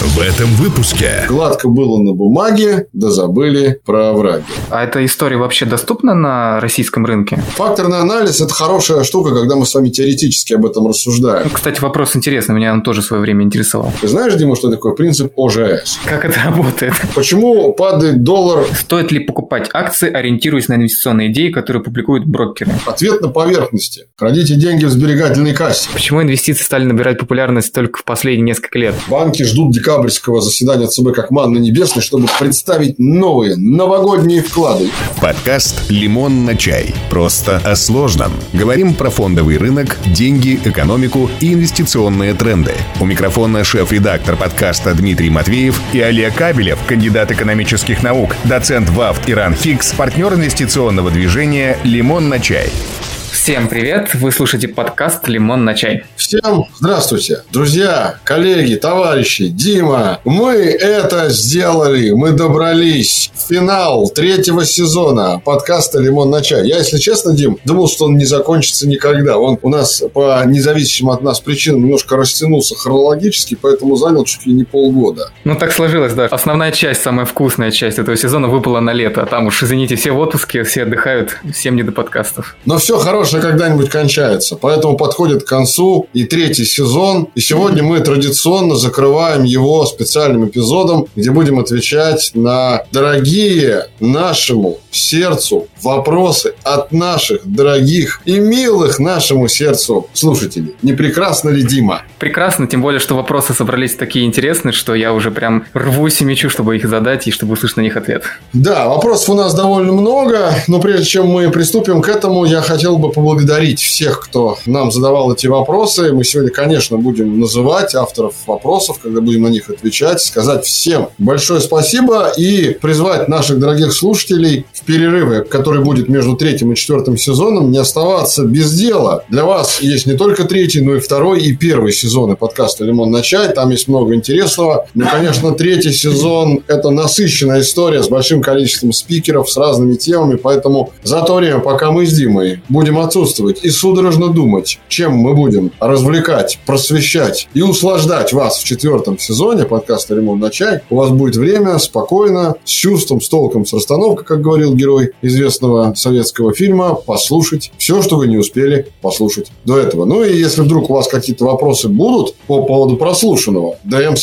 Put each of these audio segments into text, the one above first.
В этом выпуске. Гладко было на бумаге, да забыли про овраги. А эта история вообще доступна на российском рынке? Факторный анализ – это хорошая штука, когда мы с вами теоретически об этом рассуждаем. Кстати, вопрос интересный, меня он тоже в свое время интересовал. Ты знаешь, Дима, что такое принцип ОЖС? Как это работает? Почему падает доллар? Стоит ли покупать акции, ориентируясь на инвестиционные идеи, которые публикуют брокеры? Ответ на поверхности. Кладите деньги в сберегательной кассе. Почему инвестиции стали набирать популярность только в последние несколько лет? Банки ждут декабрьского заседания ЦБ как манна небесной, чтобы представить новые новогодние вклады. Подкаст «Лимон на чай». Просто о сложном. Говорим про фондовый рынок, деньги, экономику и инвестиционные тренды. У микрофона шеф-редактор подкаста Дмитрий Матвеев и Олег Кабелев, кандидат экономических наук, доцент ВАФ Иран Хикс, партнер инвестиционного движения «Лимон на чай». Всем привет! Вы слушаете подкаст «Лимон на чай». Всем здравствуйте, друзья, коллеги, товарищи, Дима. Мы это сделали, мы добрались в финал третьего сезона подкаста «Лимон на чай». Я, если честно, Дим, думал, что он не закончится никогда. Он у нас по независимым от нас причинам немножко растянулся хронологически, поэтому занял чуть ли не полгода. Ну, так сложилось, да. Основная часть, самая вкусная часть этого сезона выпала на лето. А там уж, извините, все в отпуске, все отдыхают, всем не до подкастов. Но все хорошее когда-нибудь кончается. Поэтому подходит к концу и третий сезон. И сегодня мы традиционно закрываем его специальным эпизодом, где будем отвечать на дорогие нашему сердцу вопросы от наших дорогих и милых нашему сердцу слушателей. Не прекрасно ли, Дима? Прекрасно, тем более, что вопросы собрались такие интересные, что я уже прям рвусь и мечу, чтобы их задать и чтобы услышать на них ответ. Да, вопросов у нас довольно много, но прежде чем мы приступим к этому, я хотел бы поблагодарить всех, кто нам задавал эти вопросы. Мы сегодня, конечно, будем называть авторов вопросов, когда будем на них отвечать, сказать всем большое спасибо и призвать наших дорогих слушателей в перерыве, который будет между третьим и четвертым сезоном, не оставаться без дела. Для вас есть не только третий, но и второй и первый сезоны подкаста «Лимон на чай». Там есть много интересного. Ну, конечно, третий сезон – это насыщенная история с большим количеством спикеров, с разными темами. Поэтому за то время, пока мы с Димой будем отсутствовать и судорожно думать, чем мы будем развлекать, просвещать и услаждать вас в четвертом сезоне подкаста «Лимон на чай», у вас будет время спокойно, с чувством, с толком, с расстановкой, как говорил герой известного советского фильма, послушать все, что вы не успели послушать до этого. Ну и если вдруг у вас какие-то вопросы будут по поводу прослушанного,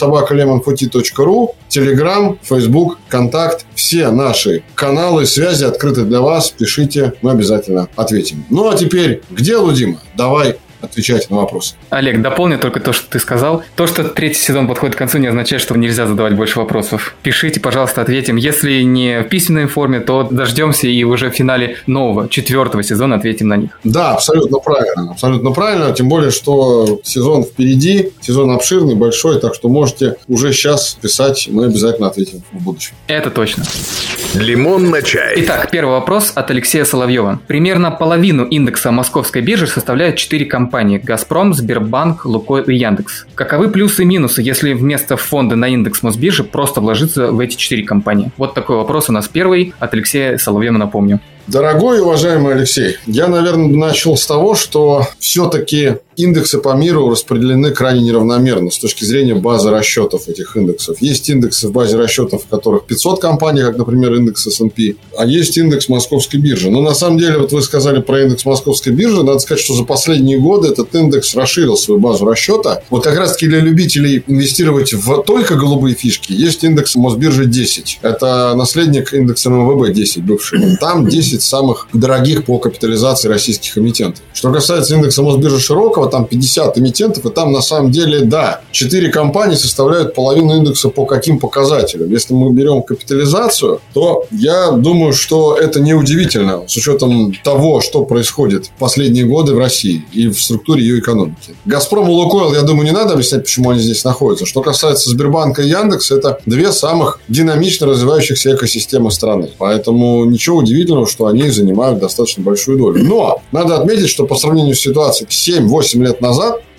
dm@lemonfoti.ru, Telegram, Facebook, Контакт, все наши каналы связи открыты для вас. Пишите, мы обязательно ответим. Ну а теперь к делу, Дима. Давай отвечать на вопросы. Олег, дополню только то, что ты сказал. То, что третий сезон подходит к концу, не означает, что нельзя задавать больше вопросов. Пишите, пожалуйста, ответим. Если не в письменной форме, то дождемся и уже в финале нового, четвертого сезона ответим на них. Да, абсолютно правильно. Абсолютно правильно. Тем более, что сезон впереди, сезон обширный, большой, так что можете уже сейчас писать, мы обязательно ответим в будущем. Это точно. «Лимон на чай». Итак, первый вопрос от Алексея Соловьева. Примерно половину индекса московской биржи составляют 4 компании: «Газпром», «Сбербанк», «Лукойл» и «Яндекс». Каковы плюсы и минусы, если вместо фонда на индекс Мосбиржи просто вложиться в эти 4 компании? Вот такой вопрос у нас первый от Алексея Соловьева, напомню. Дорогой и уважаемый Алексей, я, наверное, начал с того, что все-таки индексы по миру распределены крайне неравномерно с точки зрения базы расчетов этих индексов. Есть индексы в базе расчетов, в которых 500 компаний, как, например, индекс S&P, а есть индекс Московской биржи. Но на самом деле, вот вы сказали про индекс Московской биржи, надо сказать, что за последние годы этот индекс расширил свою базу расчета. Вот как раз-таки для любителей инвестировать в только голубые фишки есть индекс Мосбиржи 10. Это наследник индекса МВБ 10 бывший. Там 10 самых дорогих по капитализации российских эмитентов. Что касается индекса Мосбиржи широкого, там 50 эмитентов, и там на самом деле, да, 4 компании составляют половину индекса по каким показателям. Если мы берем капитализацию, то я думаю, что это неудивительно с учетом того, что происходит в последние годы в России и в структуре ее экономики. «Газпром» и «Лукойл», я думаю, не надо объяснять, почему они здесь находятся. Что касается Сбербанка и Яндекса, это 2 самых динамично развивающихся экосистемы страны. Поэтому ничего удивительного, что они занимают достаточно большую долю. Но надо отметить, что по сравнению с ситуацией 7-8 лет назад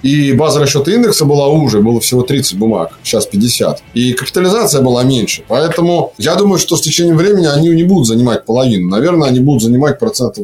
И база расчета индекса была уже, было всего 30 бумаг, сейчас 50. И капитализация была меньше. Поэтому я думаю, что с течением времени они не будут занимать половину. Наверное, они будут занимать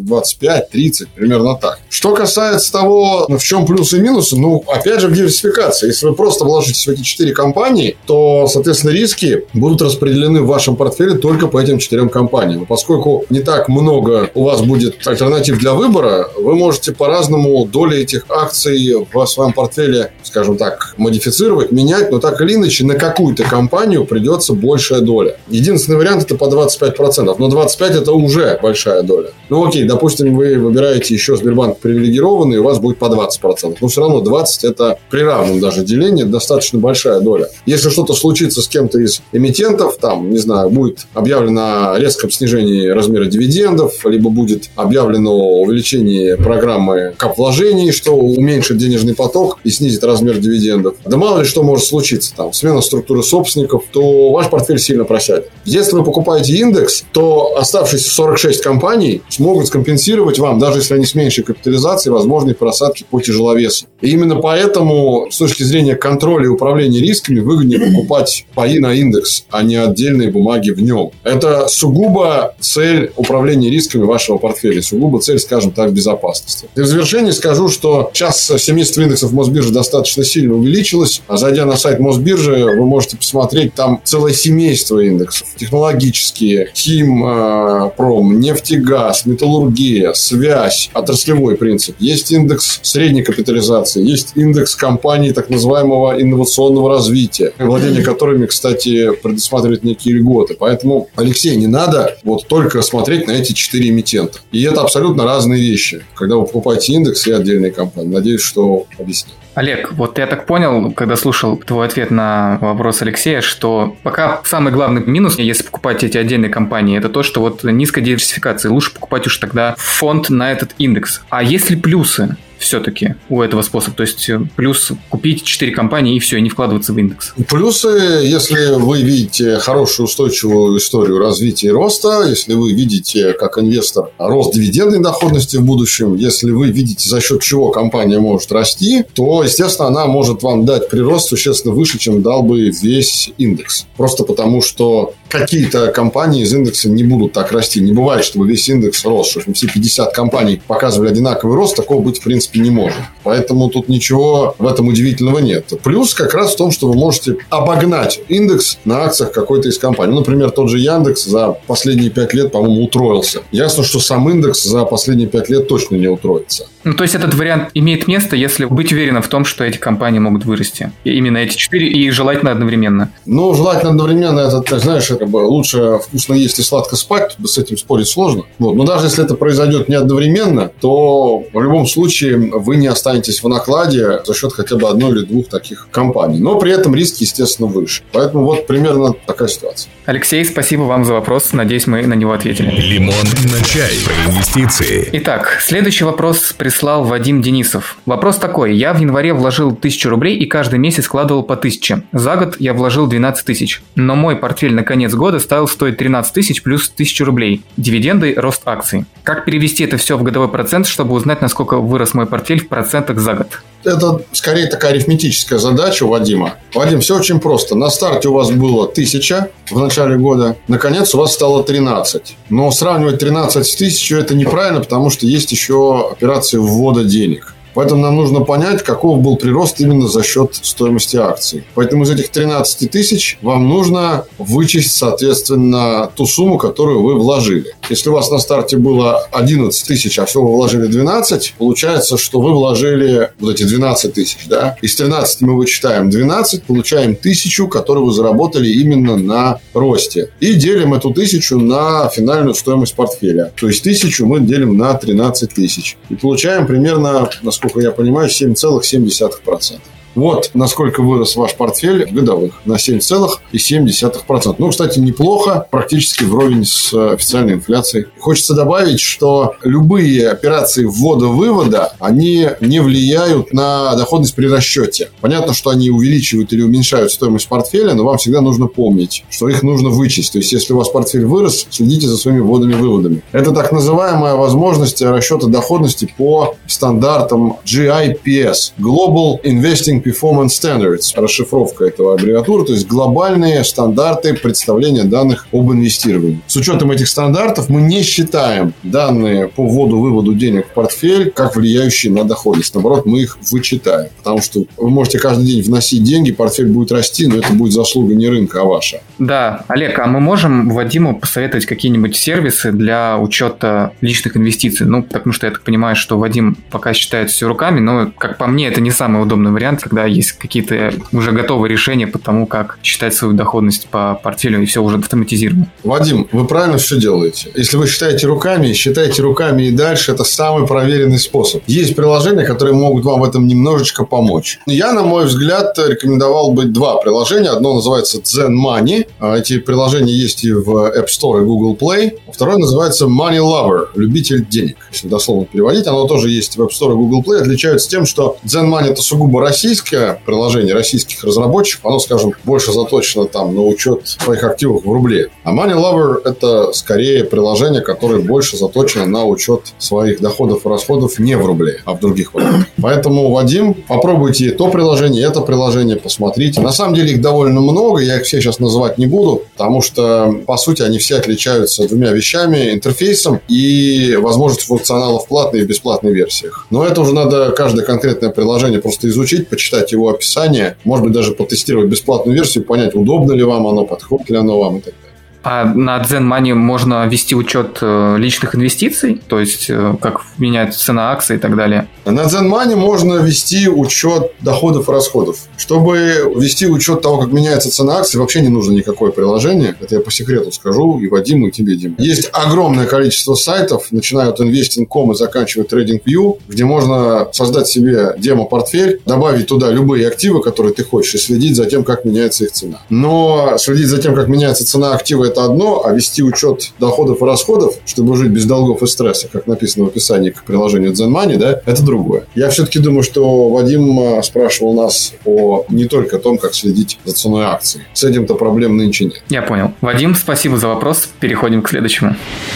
25-30%, примерно так. Что касается того, в чем плюсы и минусы, опять же, в диверсификации. Если вы просто вложитесь в эти 4 компании, то, соответственно, риски будут распределены в вашем портфеле только по этим 4 компаниям. Поскольку не так много у вас будет альтернатив для выбора, вы можете по-разному доли этих акций в своем портфеле, скажем так, модифицировать, менять, но так или иначе на какую-то компанию придется большая доля. Единственный вариант – это по 25%, но 25% – это уже большая доля. Окей, допустим, вы выбираете еще Сбербанк привилегированный, у вас будет по 20%. Но все равно 20% – это при равном даже делении достаточно большая доля. Если что-то случится с кем-то из эмитентов, будет объявлено о резком снижении размера дивидендов, либо будет объявлено увеличение программы капвложений, что уменьшит денежный поток и снизит размер дивидендов. Да мало ли что может случиться, смена структуры собственников, то ваш портфель сильно просядет. Если вы покупаете индекс, то оставшиеся 46 компаний смогут скомпенсировать вам, даже если они с меньшей капитализацией, возможные просадки по тяжеловесу. И именно поэтому, с точки зрения контроля и управления рисками, выгоднее покупать паи на индекс, а не отдельные бумаги в нем. Это сугубо цель управления рисками вашего портфеля, сугубо цель, скажем так, безопасности. И в завершении скажу, что сейчас семейство индексов Мосбиржи достаточно сильно увеличилось. А зайдя на сайт Мосбиржи, вы можете посмотреть, там целое семейство индексов. Технологические, химпром, нефтегаз, металлургия, связь, отраслевой принцип. Есть индекс средней капитализации, есть индекс компаний так называемого инновационного развития, владение которыми, кстати, предусматривает некие льготы. Поэтому, Алексей, не надо только смотреть на эти 4 эмитента. И это абсолютно разные вещи, когда вы покупаете индекс и отдельные компании. Надеюсь, что объяснил. Олег, я так понял, когда слушал твой ответ на вопрос Алексея, что пока самый главный минус, если покупать эти отдельные компании, это то, что низкая диверсификация. Лучше покупать уж тогда фонд на этот индекс. А есть ли плюсы все-таки у этого способа? То есть плюс купить 4 компании и все, и не вкладываться в индекс. Плюсы, если вы видите хорошую устойчивую историю развития и роста, если вы видите как инвестор рост дивидендной доходности в будущем, если вы видите, за счет чего компания может расти, то, естественно, она может вам дать прирост существенно выше, чем дал бы весь индекс. Просто потому, что какие-то компании из индекса не будут так расти. Не бывает, чтобы весь индекс рос. Чтобы все 50 компаний показывали одинаковый рост, такого быть в принципе не может. Поэтому тут ничего в этом удивительного нет. Плюс как раз в том, что вы можете обогнать индекс на акциях какой-то из компаний. Например, тот же Яндекс за последние 5 лет, по-моему, утроился. Ясно, что сам индекс за последние 5 лет точно не утроится. То есть этот вариант имеет место, если быть уверенным в том, что ээти компании могут вырасти. И именно эти 4, и желательно одновременно. Желательно одновременно, это, ты знаешь, лучше вкусно есть и сладко спать, с этим спорить сложно. Но даже если это произойдет не одновременно, то в любом случае вы не останетесь в накладе за счет хотя бы одной или двух таких компаний. Но при этом риски, естественно, выше. Поэтому примерно такая ситуация. Алексей, спасибо вам за вопрос. Надеюсь, мы на него ответили. Лимон на чай. Про инвестиции. Итак, следующий вопрос прислал Вадим Денисов. Вопрос такой. Я в январе вложил 1000 рублей и каждый месяц вкладывал по 1000. За год я вложил 12 тысяч. Но мой портфель на конец года стал стоить 13 тысяч плюс 1000 рублей. Дивиденды, рост акций. Как перевести это все в годовой процент, чтобы узнать, насколько вырос мой портфель в процентах за год? Это скорее такая арифметическая задача у Вадима. Вадим, все очень просто. На старте у вас было 1000 в начале года. Наконец у вас стало 13. Но сравнивать 13 с 1000 это неправильно, потому что есть еще операции ввода денег. Поэтому нам нужно понять, каков был прирост именно за счет стоимости акций. Поэтому из этих 13 тысяч вам нужно вычесть, соответственно, ту сумму, которую вы вложили. Если у вас на старте было 11 тысяч, а всего вы вложили 12, получается, что вы вложили эти 12 тысяч. Да? Из 13 мы вычитаем 12, получаем 1000, которую вы заработали именно на росте. И делим эту 1000 на финальную стоимость портфеля. То есть 1000 мы делим на 13 тысяч. И получаем примерно, насколько я понимаю, 7,7%. Вот насколько вырос ваш портфель в годовых на 7,7%. Ну, кстати, неплохо, практически вровень с официальной инфляцией. Хочется добавить, что любые операции ввода-вывода, они не влияют на доходность при расчете. Понятно, что они увеличивают или уменьшают стоимость портфеля, но вам всегда нужно помнить, что их нужно вычесть. То есть, если у вас портфель вырос, следите за своими вводами-выводами. Это так называемая возможность расчета доходности по стандартам GIPS – Global Investing Performance Standards. Расшифровка этого аббревиатуры, то есть глобальные стандарты представления данных об инвестировании. С учетом этих стандартов мы не считаем данные по вводу-выводу денег в портфель как влияющие на доходность. Наоборот, мы их вычитаем. Потому что вы можете каждый день вносить деньги, портфель будет расти, но это будет заслуга не рынка, а ваша. Да, Олег, а мы можем Вадиму посоветовать какие-нибудь сервисы для учета личных инвестиций? Ну, потому что я так понимаю, что Вадим пока считает все руками, но, как по мне, это не самый удобный вариант, когда есть какие-то уже готовые решения по тому, как считать свою доходность по портфелю, и все уже автоматизировано. Вадим, вы правильно все делаете. Если вы считаете руками и дальше, это самый проверенный способ. Есть приложения, которые могут вам в этом немножечко помочь. Я, на мой взгляд, рекомендовал бы два приложения. Одно называется Zen Money. Эти приложения есть и в App Store и Google Play. Второе называется Money Lover, любитель денег. Если дословно переводить, оно тоже есть в App Store и Google Play. Отличаются тем, что Zen Money – это сугубо российское приложение российских разработчиков. Оно, скажем, больше заточено там на учет своих активов в рубле. А Money Lover – это скорее приложение, которое больше заточено на учет своих доходов и расходов не в рубле, а в других валютах. Поэтому, Вадим, попробуйте то приложение, это приложение, посмотрите. На самом деле их довольно много, я их все сейчас называть не буду, потому что, по сути, они все отличаются двумя вещами: интерфейсом и возможностью функционала в платной и в бесплатной версиях. Но это уже надо каждое конкретное приложение просто изучить, почитать его описание, может быть, даже потестировать бесплатную версию, понять, удобно ли вам оно, подходит ли оно вам и так далее. А на Zen Money можно вести учет личных инвестиций, то есть как меняется цена акций и так далее? На Zen Money можно вести учет доходов и расходов. Чтобы вести учет того, как меняется цена акций, вообще не нужно никакое приложение. Это я по секрету скажу и Вадиму, и тебе, Дима. Есть огромное количество сайтов, начиная от investing.com и заканчивая TradingView, где можно создать себе демо-портфель, добавить туда любые активы, которые ты хочешь, и следить за тем, как меняется их цена. Но следить за тем, как меняется цена актива, это одно, а вести учет доходов и расходов, чтобы жить без долгов и стресса, как написано в описании к приложению Zen Money, да, это другое. Я все-таки думаю, что Вадим спрашивал нас не только о том, как следить за ценой акций. С этим-то проблем нынче нет. Я понял. Вадим, спасибо за вопрос. Переходим к следующему.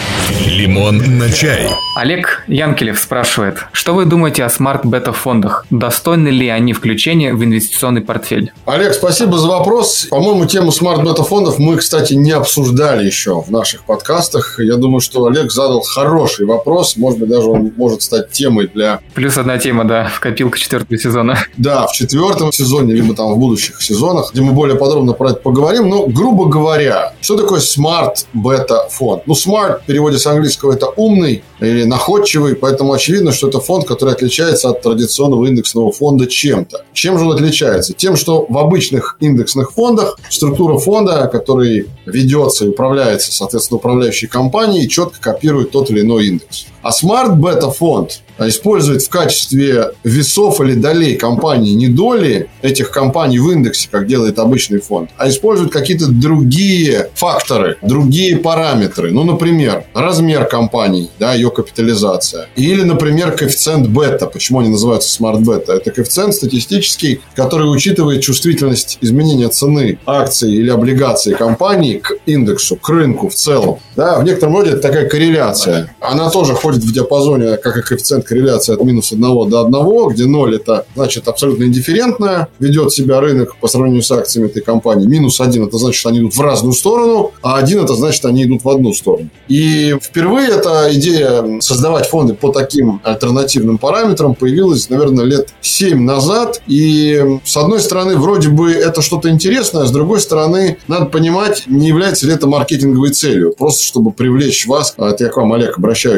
Лимон на чай. Олег Янкелев спрашивает, что вы думаете о смарт-бета-фондах? Достойны ли они включения в инвестиционный портфель? Олег, спасибо за вопрос. По-моему, тему смарт-бета-фондов мы, кстати, не обсуждали еще в наших подкастах. Я думаю, что Олег задал хороший вопрос. Может быть, даже он может стать темой для... Плюс одна тема, да, в копилку 4-го сезона. Да, в 4-м сезоне, либо там в будущих сезонах, где мы более подробно про это поговорим. Но, грубо говоря, что такое смарт-бета-фонд? Ну, смарт в переводе с английского это умный или находчивый, поэтому очевидно, что это фонд, который отличается от традиционного индексного фонда чем-то. Чем же он отличается? Тем, что в обычных индексных фондах структура фонда, который ведется и управляется, соответственно, управляющей компанией, четко копирует тот или иной индекс. А Smart Beta фонд использует в качестве весов или долей компании не доли этих компаний в индексе, как делает обычный фонд, а использует какие-то другие факторы, другие параметры. Ну, например, размер компании, да, ее капитализация. Или, например, коэффициент бета. Почему они называются Smart Beta? Это коэффициент статистический, который учитывает чувствительность изменения цены акций или облигаций компании к индексу, к рынку в целом. Да, в некотором роде это такая корреляция. Она тоже ходит в диапазоне, как и коэффициент корреляции от минус 1 до 1, где 0 это значит абсолютно индифферентно, ведет себя рынок по сравнению с акциями этой компании. Минус 1 это значит, что они идут в разную сторону, а 1 это значит, что они идут в одну сторону. И впервые эта идея создавать фонды по таким альтернативным параметрам появилась, наверное, лет 7 назад. И с одной стороны, вроде бы это что-то интересное, а с другой стороны, надо понимать, не является ли это маркетинговой целью. Просто чтобы привлечь вас, это я к вам, Олег, обращаюсь, как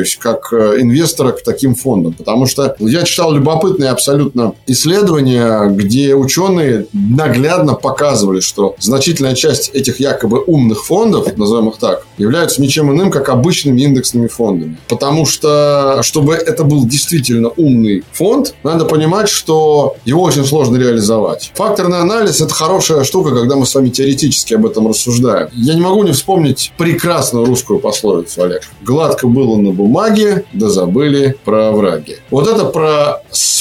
как инвестора к таким фондам. Потому что я читал любопытные абсолютно исследования, где ученые наглядно показывали, что значительная часть этих якобы умных фондов, назовем их так, являются ничем иным, как обычными индексными фондами. Потому что, чтобы это был действительно умный фонд, надо понимать, что его очень сложно реализовать. Факторный анализ – это хорошая штука, когда мы с вами теоретически об этом рассуждаем. Я не могу не вспомнить прекрасную русскую пословицу, Олег. Гладко было на бумаге, да забыли про овраги. Вот это про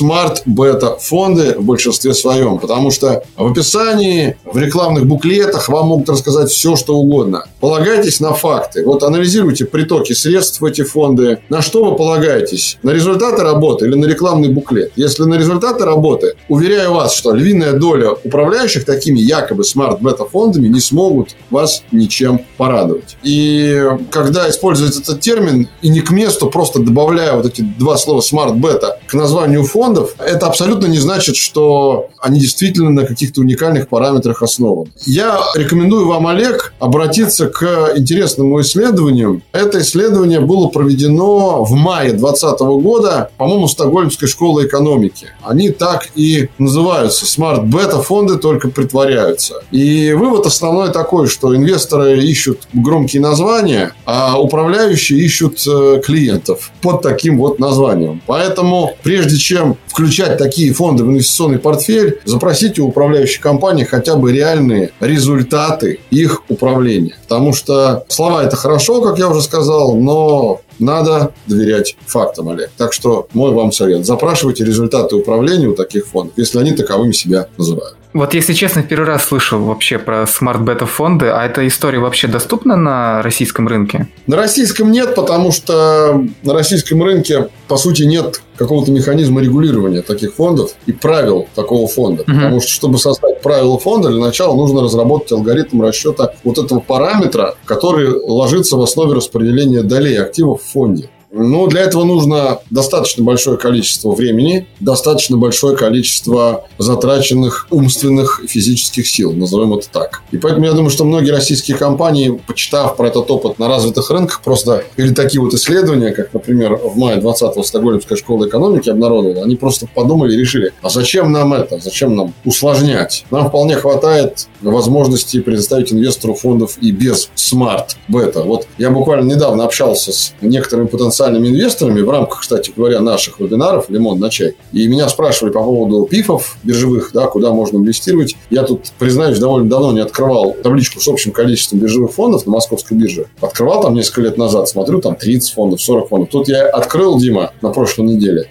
смарт-бета-фонды в большинстве своем. Потому что в описании, в рекламных буклетах вам могут рассказать все, что угодно. Полагайтесь на факты. Вот анализируйте притоки средств в эти фонды. На что вы полагаетесь? На результаты работы или на рекламный буклет? Если на результаты работы, уверяю вас, что львиная доля управляющих такими якобы смарт-бета-фондами не смогут вас ничем порадовать. И когда используется этот термин, и не к месту, просто добавляя вот эти два слова смарт-бета к названию фондов, это абсолютно не значит, что они действительно на каких-то уникальных параметрах основаны. Я рекомендую вам, Олег, обратиться к интересному исследованию. Это исследование было проведено в мае 2020 года, по-моему, Стокгольмской школой экономики. Они так и называются. Смарт-бета-фонды только притворяются. И вывод основной такой, что инвесторы ищут громкие названия, а управляющие ищут клиентов под таким вот названием. Поэтому, прежде чем включать такие фонды в инвестиционный портфель, запросите у управляющей компании хотя бы реальные результаты их управления. Потому что слова – это хорошо, как я уже сказал, но надо доверять фактам, Олег. Так что мой вам совет. Запрашивайте результаты управления у таких фондов, если они таковыми себя называют. Вот, если честно, в первый раз слышал вообще про смарт-бета-фонды. А эта история вообще доступна на российском рынке? На российском нет, потому что на российском рынке, по сути, нет какого-то механизма регулирования таких фондов и правил такого фонда. Потому что, чтобы создать правила фонда, для начала нужно разработать алгоритм расчета вот этого параметра, который ложится в основе распределения долей активов в фонде. Но для этого нужно достаточно большое количество времени, достаточно большое количество затраченных умственных и физических сил, назовем это так. И поэтому я думаю, что многие российские компании, почитав про этот опыт на развитых рынках, просто или такие вот исследования, как, например, в мае 2020-го Стокгольмская школа экономики обнародовала, они просто подумали и решили, а зачем нам это, зачем нам усложнять? Нам вполне хватает возможности предоставить инвестору фондов и без смарт-бета. Вот я буквально недавно общался с некоторыми потенциальными инвесторами в рамках, кстати говоря, наших вебинаров «Лимон на чай». И меня спрашивали по поводу ПИФов биржевых, да, куда можно инвестировать. Я тут, признаюсь, довольно давно не открывал табличку с общим количеством биржевых фондов на московской бирже. Открывал там несколько лет назад, смотрю, там 30 фондов, 40 фондов. Тут я открыл, Дима, на прошлой неделе.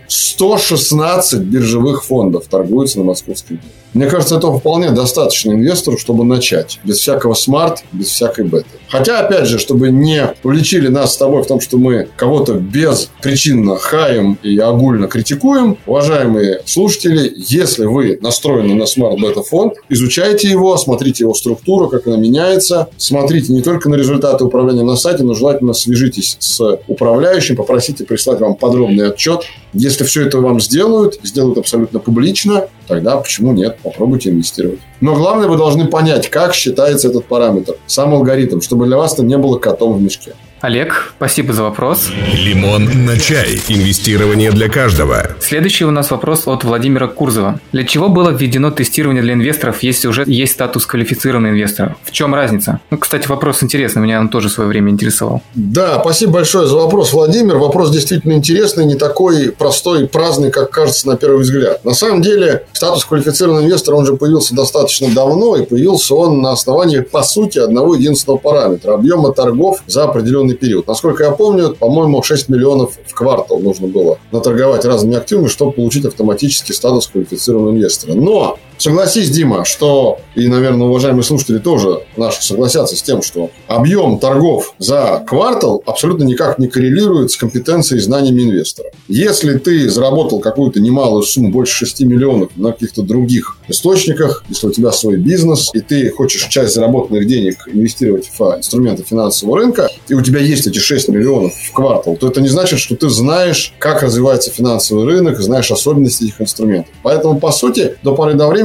116 биржевых фондов торгуются на московской бирже. Мне кажется, этого вполне достаточно инвестору, чтобы начать. Без всякого смарт, без всякой беты. Хотя, опять же, чтобы не уличили нас с тобой в том, что мы кого-то беспричинно хаем и огульно критикуем, уважаемые слушатели, если вы настроены на смарт-бета фонд, изучайте его, смотрите его структуру, как она меняется, смотрите не только на результаты управления на сайте, но желательно свяжитесь с управляющим, попросите прислать вам подробный отчет. Если все это вам сделают абсолютно публично, тогда почему нет? Попробуйте инвестировать. Но главное, вы должны понять, как считается этот параметр, сам алгоритм, чтобы для вас это не было котом в мешке. Олег, спасибо за вопрос. Лимон на чай. Инвестирование для каждого. Следующий у нас вопрос от Владимира Курзова. Для чего было введено тестирование для инвесторов, если уже есть статус квалифицированного инвестора? В чем разница? Кстати, вопрос интересный, меня он тоже в свое время интересовал. Да, спасибо большое за вопрос, Владимир. Вопрос действительно интересный, не такой простой и праздный, как кажется на первый взгляд. На самом деле, статус квалифицированного инвестора, он же появился достаточно давно, и появился он на основании, по сути, одного единственного параметра – объема торгов за определенный период. Насколько я помню, по-моему, 6 миллионов в квартал нужно было наторговать разными активами, чтобы получить автоматически статус квалифицированного инвестора. Но согласись, Дима, что, и, наверное, уважаемые слушатели тоже наши согласятся с тем, что объем торгов за квартал абсолютно никак не коррелирует с компетенцией и знаниями инвестора. Если ты заработал какую-то немалую сумму, больше 6 миллионов на каких-то других источниках, если у тебя свой бизнес, и ты хочешь часть заработанных денег инвестировать в инструменты финансового рынка, и у тебя есть эти 6 миллионов в квартал, то это не значит, что ты знаешь, как развивается финансовый рынок, знаешь особенности этих инструментов. Поэтому, по сути, до поры до времени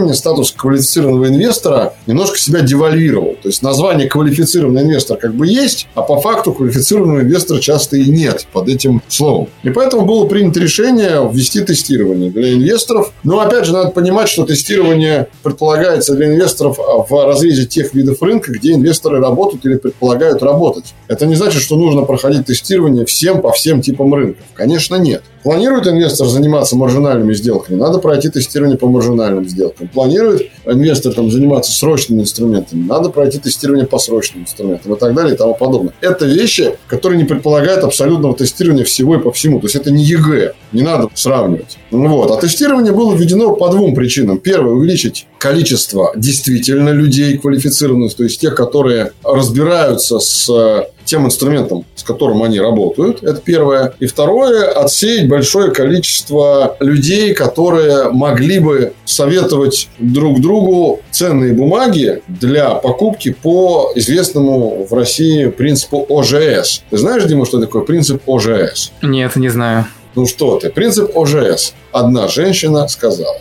времени статус квалифицированного инвестора немножко себя девальвировал. То есть название квалифицированный инвестор как бы есть, а по факту квалифицированного инвестора часто и нет под этим словом. И поэтому было принято решение ввести тестирование для инвесторов. Но опять же надо понимать, что тестирование предполагается для инвесторов в разрезе тех видов рынка, где инвесторы работают или предполагают работать. Это не значит, что нужно проходить тестирование всем по всем типам рынков. Конечно, нет. Планирует инвестор заниматься маржинальными сделками, надо пройти тестирование по маржинальным сделкам. Планирует инвестор заниматься срочными инструментами, надо пройти тестирование по срочным инструментам и так далее и тому подобное. Это вещи, которые не предполагают абсолютного тестирования всего и по всему. То есть это не ЕГЭ, не надо сравнивать. А тестирование было введено по двум причинам. Первое, увеличить количество действительно людей квалифицированных, то есть тех, которые разбираются с тем инструментом, с которым они работают. Это первое. И второе, отсеять большое количество людей, которые могли бы советовать друг другу ценные бумаги для покупки по известному в России принципу ОЖС. Ты знаешь, Дима, что такое принцип ОЖС? Нет, не знаю. Ну что ты, принцип ОЖС. Одна женщина сказала.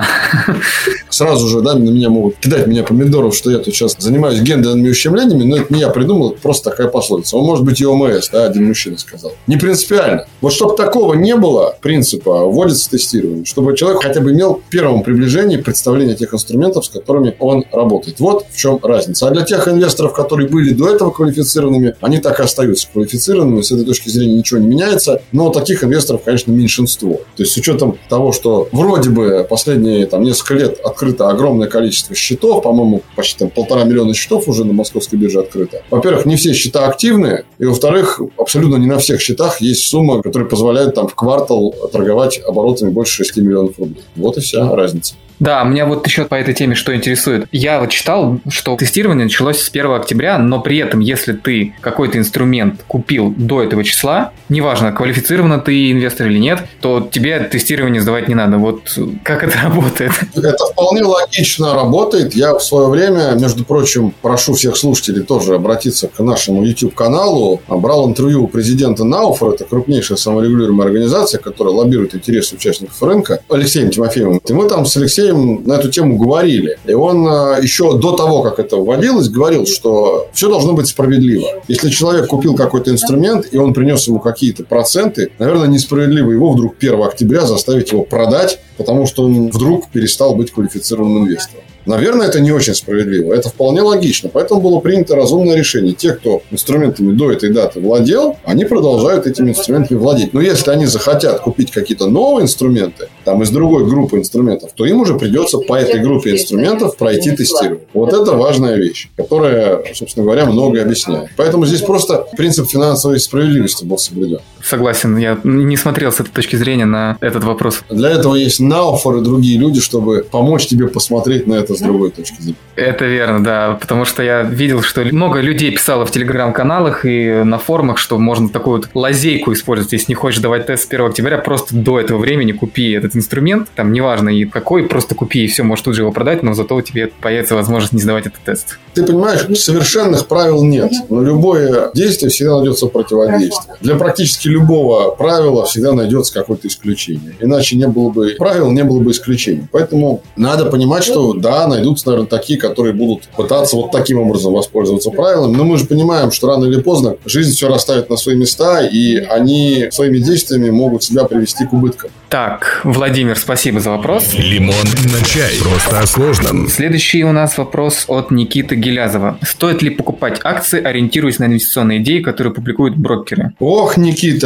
Сразу же, на меня могут кидать помидоров, что я тут сейчас занимаюсь гендерными ущемлениями, но это не я придумал, это просто такая пословица. Он может быть и ОМС, один мужчина сказал. Не принципиально. Вот чтобы такого не было принципа, вводится тестирование, чтобы человек хотя бы имел в первом приближении представление тех инструментов, с которыми он работает. Вот в чем разница. А для тех инвесторов, которые были до этого квалифицированными, они так и остаются квалифицированными, с этой точки зрения ничего не меняется, но таких инвесторов, конечно, меньшинство. То есть с учетом того, что вроде бы последние несколько лет открыто огромное количество счетов, по-моему, почти 1,5 миллиона счетов уже на московской бирже открыто. Во-первых, не все счета активные, и во-вторых, абсолютно не на всех счетах есть сумма, которая позволяет в квартал торговать оборотами больше 6 миллионов рублей. Вот и вся разница. Да, меня еще по этой теме что интересует. Я читал, что тестирование началось с 1 октября, но при этом, если ты какой-то инструмент купил до этого числа, неважно, квалифицирован ты инвестор или нет, то тебе тестирование сдавать не надо. Вот как это работает? Это вполне логично работает. Я в свое время, между прочим, прошу всех слушателей тоже обратиться к нашему YouTube-каналу. Брал интервью у президента Науфор, это крупнейшая саморегулируемая организация, которая лоббирует интересы участников рынка, Алексеем Тимофеевым. И мы там с Алексеем на эту тему говорили. И он еще до того, как это вводилось, говорил, что все должно быть справедливо. Если человек купил какой-то инструмент, и он принес ему какие-то проценты, наверное, несправедливо его вдруг 1 октября заставить его продать, потому что он вдруг перестал быть квалифицированным инвестором. Наверное, это не очень справедливо. Это вполне логично. Поэтому было принято разумное решение. Те, кто инструментами до этой даты владел, они продолжают этими инструментами владеть. Но если они захотят купить какие-то новые инструменты, из другой группы инструментов, то им уже придется по этой группе инструментов пройти тестирование. Вот это важная вещь, которая, собственно говоря, многое объясняет. Поэтому здесь просто принцип финансовой справедливости был соблюден. Согласен. Я не смотрел с этой точки зрения на этот вопрос. Для этого есть Науфор и другие люди, чтобы помочь тебе посмотреть на это с другой точки зрения. Это верно, да, потому что я видел, что много людей писало в телеграм-каналах и на форумах, что можно такую лазейку использовать. Если не хочешь давать тест с 1 октября, просто до этого времени купи этот инструмент, неважно и какой, просто купи и все, можешь тут же его продать, но зато у тебя появится возможность не сдавать этот тест. Ты понимаешь, совершенных правил нет, но любое действие всегда найдется противодействие. Для практически любого правила всегда найдется какое-то исключение. Иначе не было бы правил, не было бы исключений. Поэтому надо понимать, что да, найдутся, наверное, такие, которые будут пытаться таким образом воспользоваться правилами. Но мы же понимаем, что рано или поздно жизнь все расставит на свои места, и они своими действиями могут себя привести к убыткам. Так, Владимир, спасибо за вопрос. Лимон на чай. Просто о сложном. Следующий у нас вопрос от Никиты Гелязова. Стоит ли покупать акции, ориентируясь на инвестиционные идеи, которые публикуют брокеры? Ох, Никита,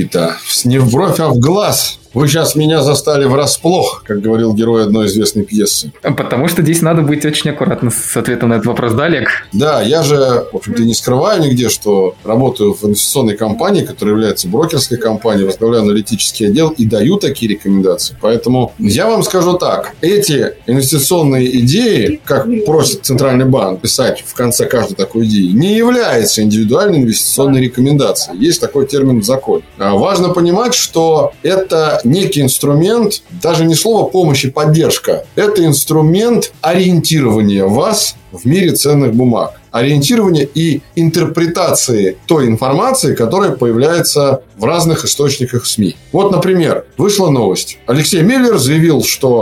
не в бровь, а в глаз. Вы сейчас меня застали врасплох, как говорил герой одной известной пьесы. Потому что здесь надо быть очень аккуратным с ответом на этот вопрос. Да, Олег? Да, я же, в общем-то, не скрываю нигде, что работаю в инвестиционной компании, которая является брокерской компанией, возглавляю аналитический отдел и даю такие рекомендации. Поэтому я вам скажу так. Эти инвестиционные идеи, как просит Центральный банк писать в конце каждой такой идеи, не являются индивидуальной инвестиционной рекомендацией. Есть такой термин в законе. Важно понимать, что это некий инструмент, даже не слово помощь и поддержка, это инструмент ориентирования вас в мире ценных бумаг. Ориентирования и интерпретации той информации, которая появляется в разных источниках СМИ. Вот, например, вышла новость. Алексей Миллер заявил, что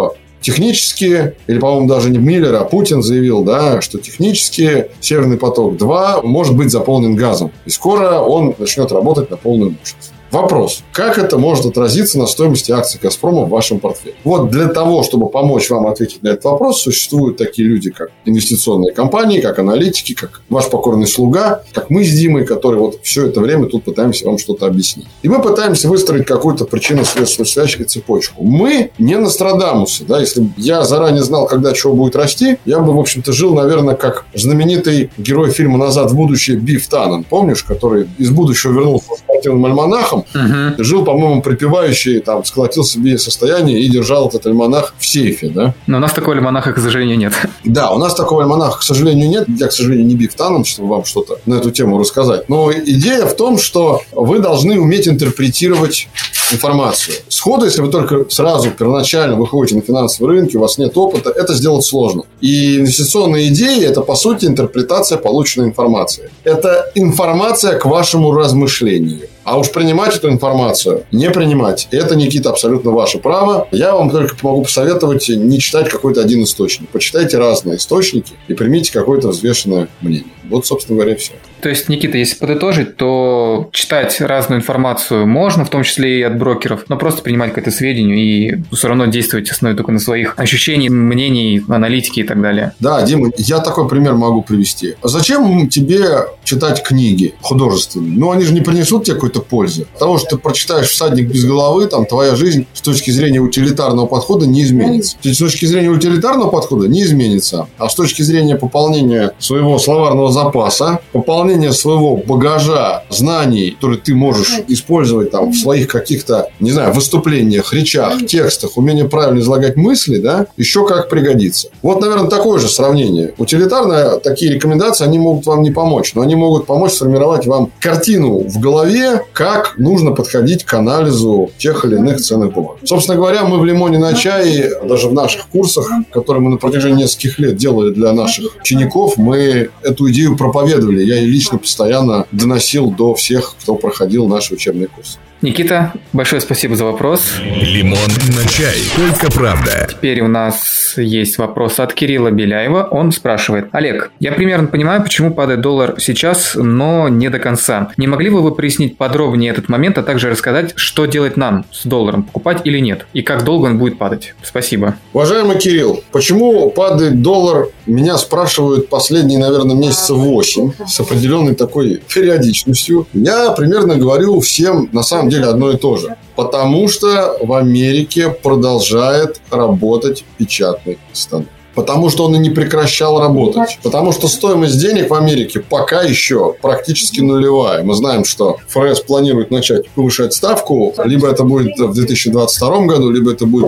технически, или, по-моему, даже не Миллер, а Путин заявил, да, что технически Северный поток-2 может быть заполнен газом. И скоро он начнет работать на полную мощность. Вопрос. Как это может отразиться на стоимости акций «Газпрома» в вашем портфеле? Вот для того, чтобы помочь вам ответить на этот вопрос, существуют такие люди, как инвестиционные компании, как аналитики, как ваш покорный слуга, как мы с Димой, которые вот все это время тут пытаемся вам что-то объяснить. И мы пытаемся выстроить какую-то причинно-следственную связь и цепочку. Мы не Нострадамусы. Да? Если бы я заранее знал, когда чего будет расти, я бы, в общем-то, жил, наверное, как знаменитый герой фильма «Назад в будущее» Биф Таннен. Помнишь, который из будущего вернулся с спортивным альманахом, жил, по-моему, припевающий, там, сколотил себе состояние и держал этот альманах в сейфе, да? Но у нас такого альманаха, к сожалению, нет. Да, у нас такого альманаха, к сожалению, нет. Я, к сожалению, не Биф Таннен, чтобы вам что-то на эту тему рассказать. Но идея в том, что вы должны уметь интерпретировать информацию. Сходу, если вы только сразу первоначально выходите на финансовые рынки, у вас нет опыта, это сделать сложно. И инвестиционные идеи – это, по сути, интерпретация полученной информации. Это информация к вашему размышлению. А уж принимать эту информацию, не принимать, это, Никита, абсолютно ваше право. Я вам только могу посоветовать не читать какой-то один источник. Почитайте разные источники и примите какое-то взвешенное мнение. Вот, собственно говоря, все. То есть, Никита, если подытожить, то читать разную информацию можно, в том числе и от брокеров, но просто принимать к этому сведению и все равно действовать основой только на своих ощущениях, мнений, аналитики и так далее. Да, Дима, я такой пример могу привести. Зачем тебе читать книги художественные? Ну, они же не принесут тебе какой-то пользы. От того, что ты прочитаешь «Всадник без головы», там твоя жизнь с точки зрения утилитарного подхода не изменится. С точки зрения утилитарного подхода не изменится. А с точки зрения пополнения своего словарного запаса, пополнения своего багажа знаний, которые ты можешь использовать там в своих каких-то, не знаю, выступлениях, речах, текстах, умение правильно излагать мысли, да, еще как пригодится. Вот, наверное, такое же сравнение. Утилитарно такие рекомендации, они могут вам не помочь, но они могут помочь сформировать вам картину в голове, как нужно подходить к анализу тех или иных ценных бумаг. Собственно говоря, мы в «Лимоне на чае», даже в наших курсах, которые мы на протяжении нескольких лет делали для наших учеников, мы эту идею проповедовали. Я ее лично постоянно доносил до всех, кто проходил наши учебные курсы. Никита, большое спасибо за вопрос. «Лимон на чай». Только правда. Теперь у нас есть вопрос от Кирилла Беляева. Он спрашивает: Олег, я примерно понимаю, почему падает доллар сейчас, но не до конца. Не могли бы вы прояснить подробнее этот момент, а также рассказать, что делать нам с долларом, покупать или нет? И как долго он будет падать? Спасибо. Уважаемый Кирилл, почему падает доллар? Меня спрашивают последние, наверное, месяца 8 с определенной такой периодичностью. Я примерно говорю всем, на самом деле, одно и то же. Потому что в Америке продолжает работать печатный станок. Потому что он и не прекращал работать. Потому что стоимость денег в Америке пока еще практически нулевая. Мы знаем, что ФРС планирует начать повышать ставку. Либо это будет в 2022 году, либо это будет в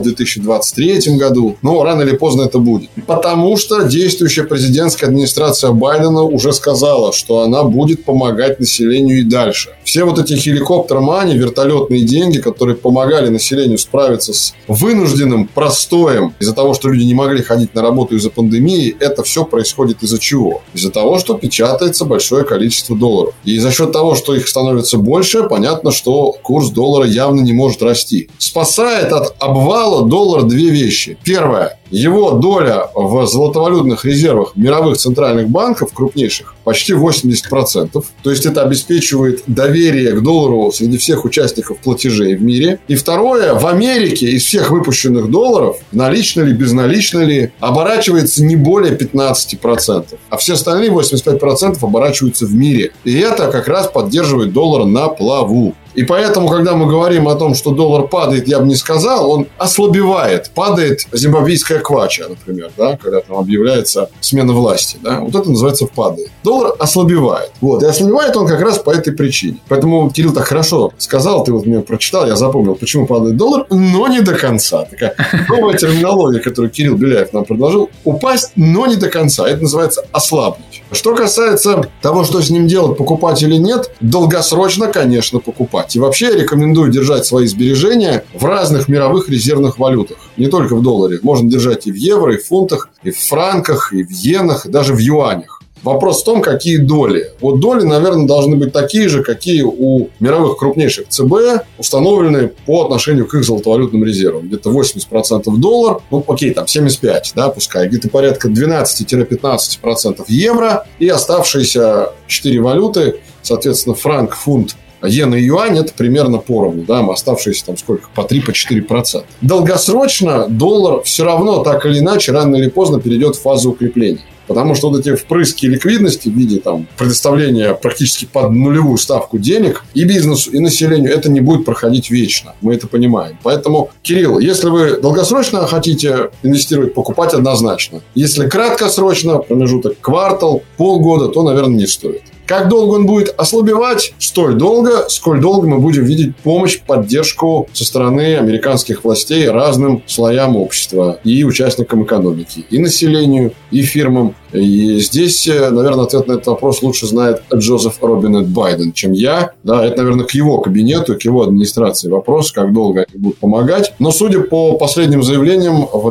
2023 году. Но рано или поздно это будет. Потому что действующая президентская администрация Байдена уже сказала, что она будет помогать населению и дальше. Все вот эти хеликоптер-мани, вертолетные деньги, которые помогали населению справиться с вынужденным простоем из-за того, что люди не могли ходить на работу из-за пандемии, это все происходит из-за чего? Из-за того, что печатается большое количество долларов. И за счет того, что их становится больше, понятно, что курс доллара явно не может расти. Спасает от обвала доллар две вещи. Первое. Его доля в золотовалютных резервах мировых центральных банков, крупнейших, почти 80%. То есть это обеспечивает доверие к доллару среди всех участников платежей в мире. И второе. В Америке из всех выпущенных долларов, налично ли, безналично ли, оборачивается не более 15%. А все остальные 85% оборачиваются в мире. И это как раз поддерживает доллар на плаву. И поэтому, когда мы говорим о том, что доллар падает, я бы не сказал, он ослабевает. Падает зимбабвийская квача, например, да, когда там объявляется смена власти. Да, вот это называется падает. Доллар ослабевает. Вот. И ослабевает он как раз по этой причине. Поэтому Кирилл так хорошо сказал, ты вот мне прочитал, я запомнил, почему падает доллар, но не до конца. Такая новая терминология, которую Кирилл Беляев нам предложил. Упасть, но не до конца. Это называется ослабнуть. Что касается того, что с ним делать, покупать или нет, долгосрочно, конечно, покупать. И вообще я рекомендую держать свои сбережения в разных мировых резервных валютах. Не только в долларе. Можно держать и в евро, и в фунтах, и в франках, и в иенах, и даже в юанях. Вопрос в том, какие доли. Вот доли, наверное, должны быть такие же, какие у мировых крупнейших ЦБ, установлены по отношению к их золотовалютным резервам. Где-то 80% доллар, ну, окей, там 75%, да, пускай, где-то порядка 12-15% евро, и оставшиеся 4 валюты, соответственно, франк, фунт, иена и юань – это примерно поровну, да, оставшиеся там сколько? По 3-4%. Долгосрочно доллар все равно, так или иначе, рано или поздно перейдет в фазу укрепления. Потому что вот эти впрыски ликвидности в виде там, предоставления практически под нулевую ставку денег и бизнесу, и населению, это не будет проходить вечно. Мы это понимаем. Поэтому, Кирилл, если вы долгосрочно хотите инвестировать, покупать однозначно. Если краткосрочно, промежуток квартал, полгода, то, наверное, не стоит. Как долго он будет ослабевать? Столь долго, сколь долго мы будем видеть помощь, поддержку со стороны американских властей разным слоям общества и участникам экономики, и населению, и фирмам. И здесь, наверное, ответ на этот вопрос лучше знает Джозеф Робинет Байден, чем я. Да, это, наверное, к его кабинету, к его администрации вопрос, как долго они будут помогать. Но, судя по последним заявлениям, в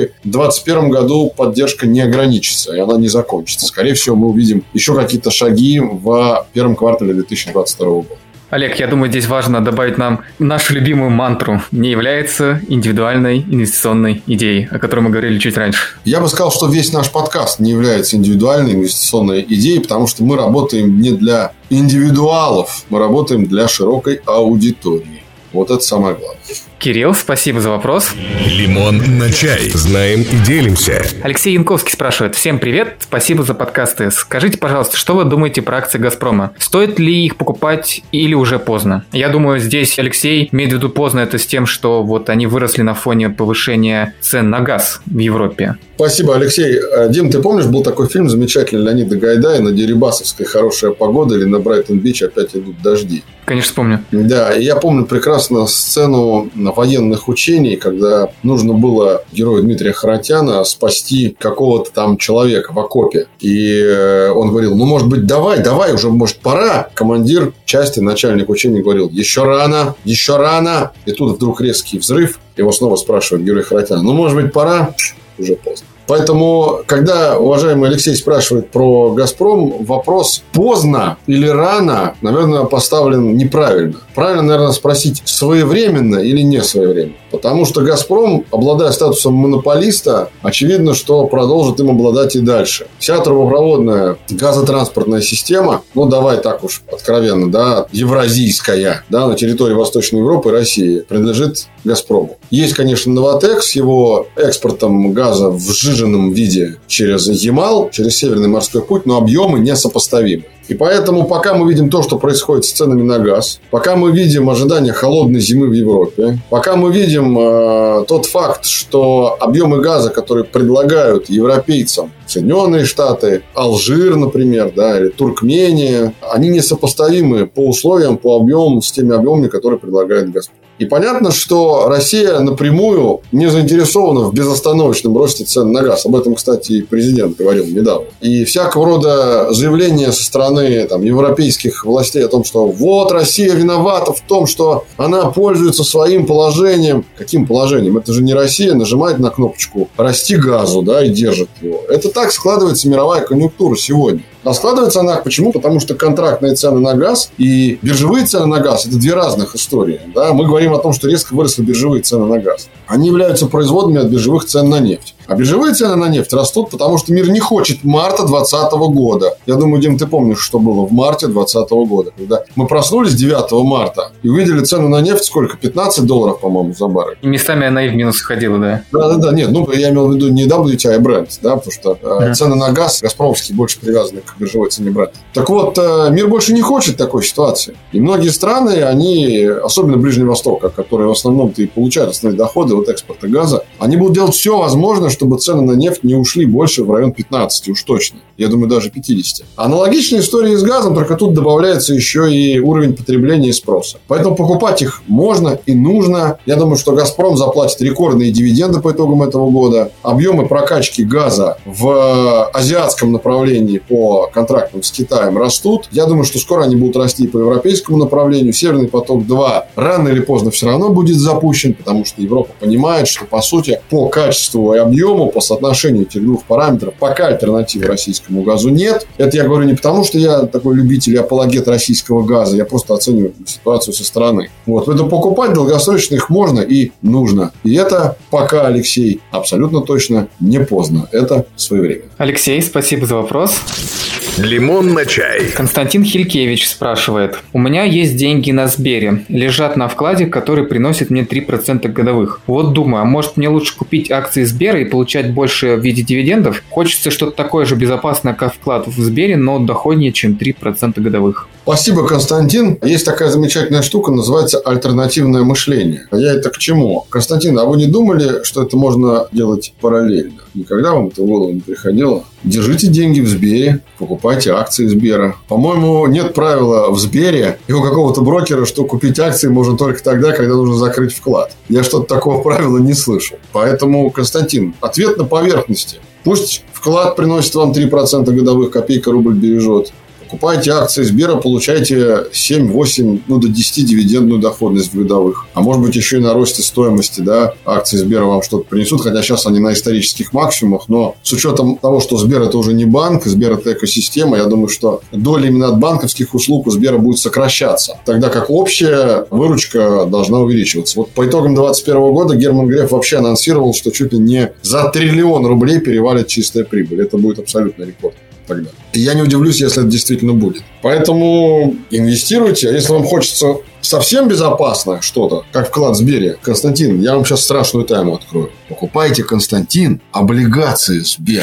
2021 году поддержка не ограничится, и она не закончится. Скорее всего, мы увидим еще какие-то шаги в первом квартале 2022 года. Олег, я думаю, здесь важно добавить нам нашу любимую мантру. Не является индивидуальной инвестиционной идеей, о которой мы говорили чуть раньше. Я бы сказал, что весь наш подкаст не является индивидуальной инвестиционной идеей, потому что мы работаем не для индивидуалов, мы работаем для широкой аудитории. Вот это самое главное. Кирилл, спасибо за вопрос. Лимон на чай. Знаем и делимся. Алексей Янковский спрашивает. Всем привет, спасибо за подкасты. Скажите, пожалуйста, что вы думаете про акции «Газпрома»? Стоит ли их покупать или уже поздно? Я думаю, здесь Алексей имеет в виду поздно это с тем, что вот они выросли на фоне повышения цен на газ в Европе. Спасибо, Алексей. Дим, ты помнишь, был такой фильм замечательный Леонида Гайдая «На Дерибасовской хорошая погода» или «На Брайтон-Бич опять идут дожди». Конечно, помню. Да, и я помню прекрасно сцену военных учений, когда нужно было герою Дмитрия Харатьяна спасти какого-то там человека в окопе. И он говорил, ну, может быть, давай, уже, может, пора. Командир части, начальник учений говорил, еще рано. И тут вдруг резкий взрыв. Его снова спрашивает герой Харатьяна, ну, может быть, пора? Уже поздно. Поэтому, когда уважаемый Алексей спрашивает про «Газпром», вопрос «поздно» или «рано», наверное, поставлен неправильно. Правильно, наверное, спросить «своевременно» или «не своевременно». Потому что «Газпром», обладая статусом монополиста, очевидно, что продолжит им обладать и дальше. Вся трубопроводная газотранспортная система, ну, давай так уж откровенно, да, евразийская, да, на территории Восточной Европы и России, принадлежит «Газпрому». Есть, конечно, «Новатэк» с его экспортом газа в сжиженном виде через Ямал, через Северный морской путь, но объемы несопоставимы. И поэтому, пока мы видим то, что происходит с ценами на газ, пока мы видим ожидание холодной зимы в Европе, пока мы видим тот факт, что объемы газа, которые предлагают европейцам Соединенные Штаты, Алжир, например, да, или Туркмения, они несопоставимы по условиям, по объемам с теми объемами, которые предлагает «Газпром». И понятно, что Россия напрямую не заинтересована в безостановочном росте цен на газ. Об этом, кстати, и президент говорил недавно. И всякого рода заявления со стороны там, европейских властей о том, что вот Россия виновата в том, что она пользуется своим положением. Каким положением? Это же не Россия нажимает на кнопочку «расти газу», да, и держит его. Это так складывается мировая конъюнктура сегодня. А складывается она почему? Потому что контрактные цены на газ и биржевые цены на газ – это две разных истории. Да? Мы говорим о том, что резко выросли биржевые цены на газ. Они являются производными от биржевых цен на нефть. А биржевые цены на нефть растут, потому что мир не хочет марта 2020 года. Я думаю, Дим, ты помнишь, что было в марте 2020 года, когда мы проснулись 9 марта и увидели цену на нефть сколько? $15, по-моему, за баррель. И местами она и в минус уходила, да? Да. Нет, ну, я имел в виду не WTI, а Brent, да, потому что цены на газ газпромовские больше привязаны к биржевой цене Brent. Так вот, мир больше не хочет такой ситуации. И многие страны, они, особенно Ближний Восток, которые в основном-то и получают основные доходы от экспорта газа, они будут делать все возможное, чтобы цены на нефть не ушли больше в район 15, уж точно. Я думаю, даже 50. Аналогичная история с газом, только тут добавляется еще и уровень потребления и спроса. Поэтому покупать их можно и нужно. Я думаю, что «Газпром» заплатит рекордные дивиденды по итогам этого года. Объемы прокачки газа в азиатском направлении по по контрактам с Китаем растут. Я думаю, что скоро они будут расти по европейскому направлению. Северный поток-2 рано или поздно все равно будет запущен, потому что Европа понимает, что, по сути, по качеству и объему, по соотношению этих двух параметров, пока альтернативы российскому газу нет. Это я говорю не потому, что я такой любитель и апологет российского газа, я просто оцениваю ситуацию со стороны. Вот. Поэтому покупать долгосрочно их можно и нужно. И это пока, Алексей, абсолютно точно не поздно. Это своевременно. Алексей, спасибо за вопрос. Лимон на чай. Константин Хилькевич спрашивает. У меня есть деньги на Сбере. Лежат на вкладе, который приносит мне 3% годовых. Вот думаю, а может мне лучше купить акции Сбера и получать больше в виде дивидендов? Хочется что-то такое же безопасное, как вклад в Сбере, но доходнее, чем 3% годовых. Спасибо, Константин. Есть такая замечательная штука, называется альтернативное мышление. Я это к чему? Константин, а вы не думали, что это можно делать параллельно? Никогда вам это в голову не приходило? Держите деньги в Сбере, покупайте акции Сбера. По-моему, нет правила в Сбере и у какого-то брокера, что купить акции можно только тогда, когда нужно закрыть вклад. Я что-то такого правила не слышал. Поэтому, Константин, ответ на поверхности. Пусть вклад приносит вам 3% годовых, копейка рубль бережет. Покупайте акции Сбера, получайте 7-8, до 10 дивидендную доходность годовых. А может быть, еще и на росте стоимости, да, акции Сбера вам что-то принесут, хотя сейчас они на исторических максимумах. Но с учетом того, что Сбер это уже не банк, Сбер это экосистема, я думаю, что доля именно от банковских услуг у Сбера будет сокращаться. Тогда как общая выручка должна увеличиваться. Вот по итогам 2021 года Герман Греф вообще анонсировал, что чуть ли не за 1 триллион рублей перевалит чистая прибыль. Это будет абсолютный рекорд. Тогда. И я не удивлюсь, если это действительно будет. Поэтому инвестируйте. А если вам хочется совсем безопасно что-то, как вклад в Сбере, Константин, я вам сейчас страшную тайну открою. Покупайте, Константин, облигации Сбера.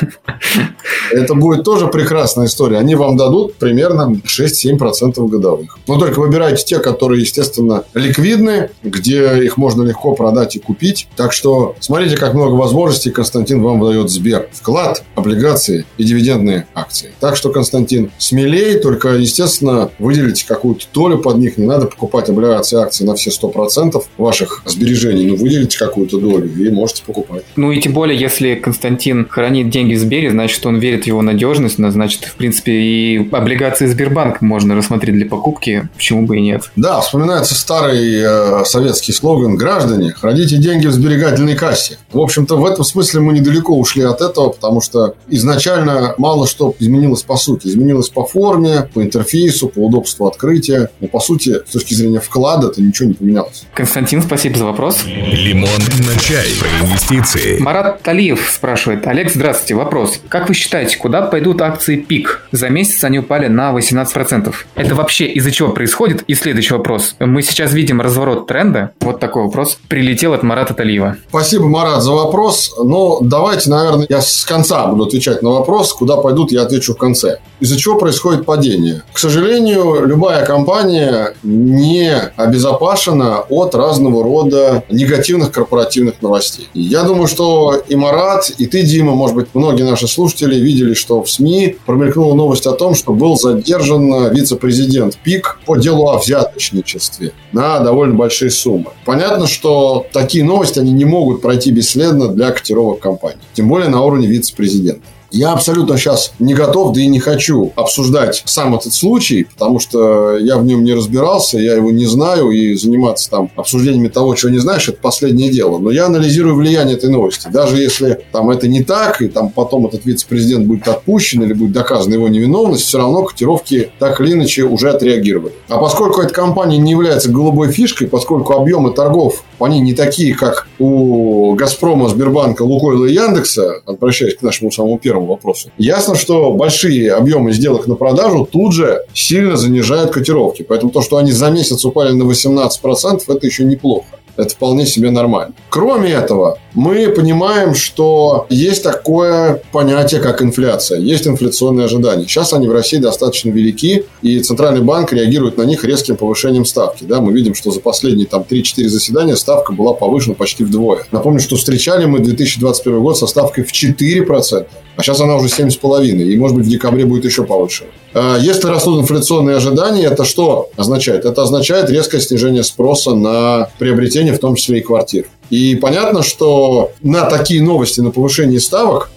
Это будет тоже прекрасная история. Они вам дадут примерно 6-7% годовых. Но только выбирайте те, которые, естественно, ликвидны, где их можно легко продать и купить. Так что смотрите, как много возможностей Константин вам выдает Сбер. Вклад, облигации и дивидендные акции. Так что, Константин, смелее, только, естественно, выделите какую-то долю под них. Не надо покупать облигации, акции на все 100% ваших сбережений. Но выделите какую-то долю и можете покупать. И тем более, если Константин хранит деньги в Сбере, значит, он верит в его надежность. Значит, в принципе, и облигации Сбербанка можно рассмотреть для покупки. Почему бы и нет? Да, вспоминается старый советский слоган: граждане, храните деньги в сберегательной кассе. В общем-то, в этом смысле мы недалеко ушли от этого, потому что изначально мало что изменилось по сути. Изменилось по форме, по интерфейсу, по удобству открытия. Но, по сути, с точки зрения вклада-то ничего не поменялось. Константин, спасибо за вопрос. Лимон на чай. Про инвестиции. Марат Талиев спрашивает. Олег, здравствуйте. Вопрос. Как вы считаете, куда пойдут акции ПИК? За месяц они упали на 18%. Это вообще из-за чего происходит? И следующий вопрос. Мы сейчас видим разворот тренда. Вот такой вопрос прилетел от Марата Талиева. Спасибо, Марат, за вопрос. Но давайте, наверное, я с конца буду отвечать на вопрос. Куда пойдут, я отвечу в конце. Из-за чего происходит падение? К сожалению, любая компания не обезопасена от разного рода негативных корпоративных новостей. Я думаю, что и Марат, и ты, Дима, может быть, многие наши слушатели видели, что в СМИ промелькнула новость о том, что был задержан вице-президент ПИК по делу о взяточничестве на довольно большие суммы. Понятно, что такие новости, они не могут пройти бесследно для котировок компаний. Тем более на уровне вице-президента. Я абсолютно сейчас не готов, да и не хочу обсуждать сам этот случай, потому что я в нем не разбирался, я его не знаю, и заниматься там обсуждениями того, чего не знаешь, это последнее дело. Но я анализирую влияние этой новости. Даже если там это не так, и там потом этот вице-президент будет отпущен или будет доказана его невиновность, все равно котировки так или иначе уже отреагировали. А поскольку эта компания не является голубой фишкой, поскольку объемы торгов, они не такие, как у «Газпрома», Сбербанка, «Лукойла» и «Яндекса», обращаясь к нашему самому первому вопросу, ясно, что большие объемы сделок на продажу тут же сильно занижают котировки. Поэтому то, что они за месяц упали на 18%, это еще неплохо. Это вполне себе нормально. Кроме этого, мы понимаем, что есть такое понятие, как инфляция. Есть инфляционные ожидания. Сейчас они в России достаточно велики, и Центральный банк реагирует на них резким повышением ставки. Да, мы видим, что за последние 3-4 заседания ставка была повышена почти вдвое. Напомню, что встречали мы 2021 год со ставкой в 4%. А сейчас она уже 7,5%. И, может быть, в декабре будет еще повыше. Если растут инфляционные ожидания, это что означает? Это означает резкое снижение спроса на приобретение, в том числе и квартир. И понятно, что на такие новости, на повышение ставок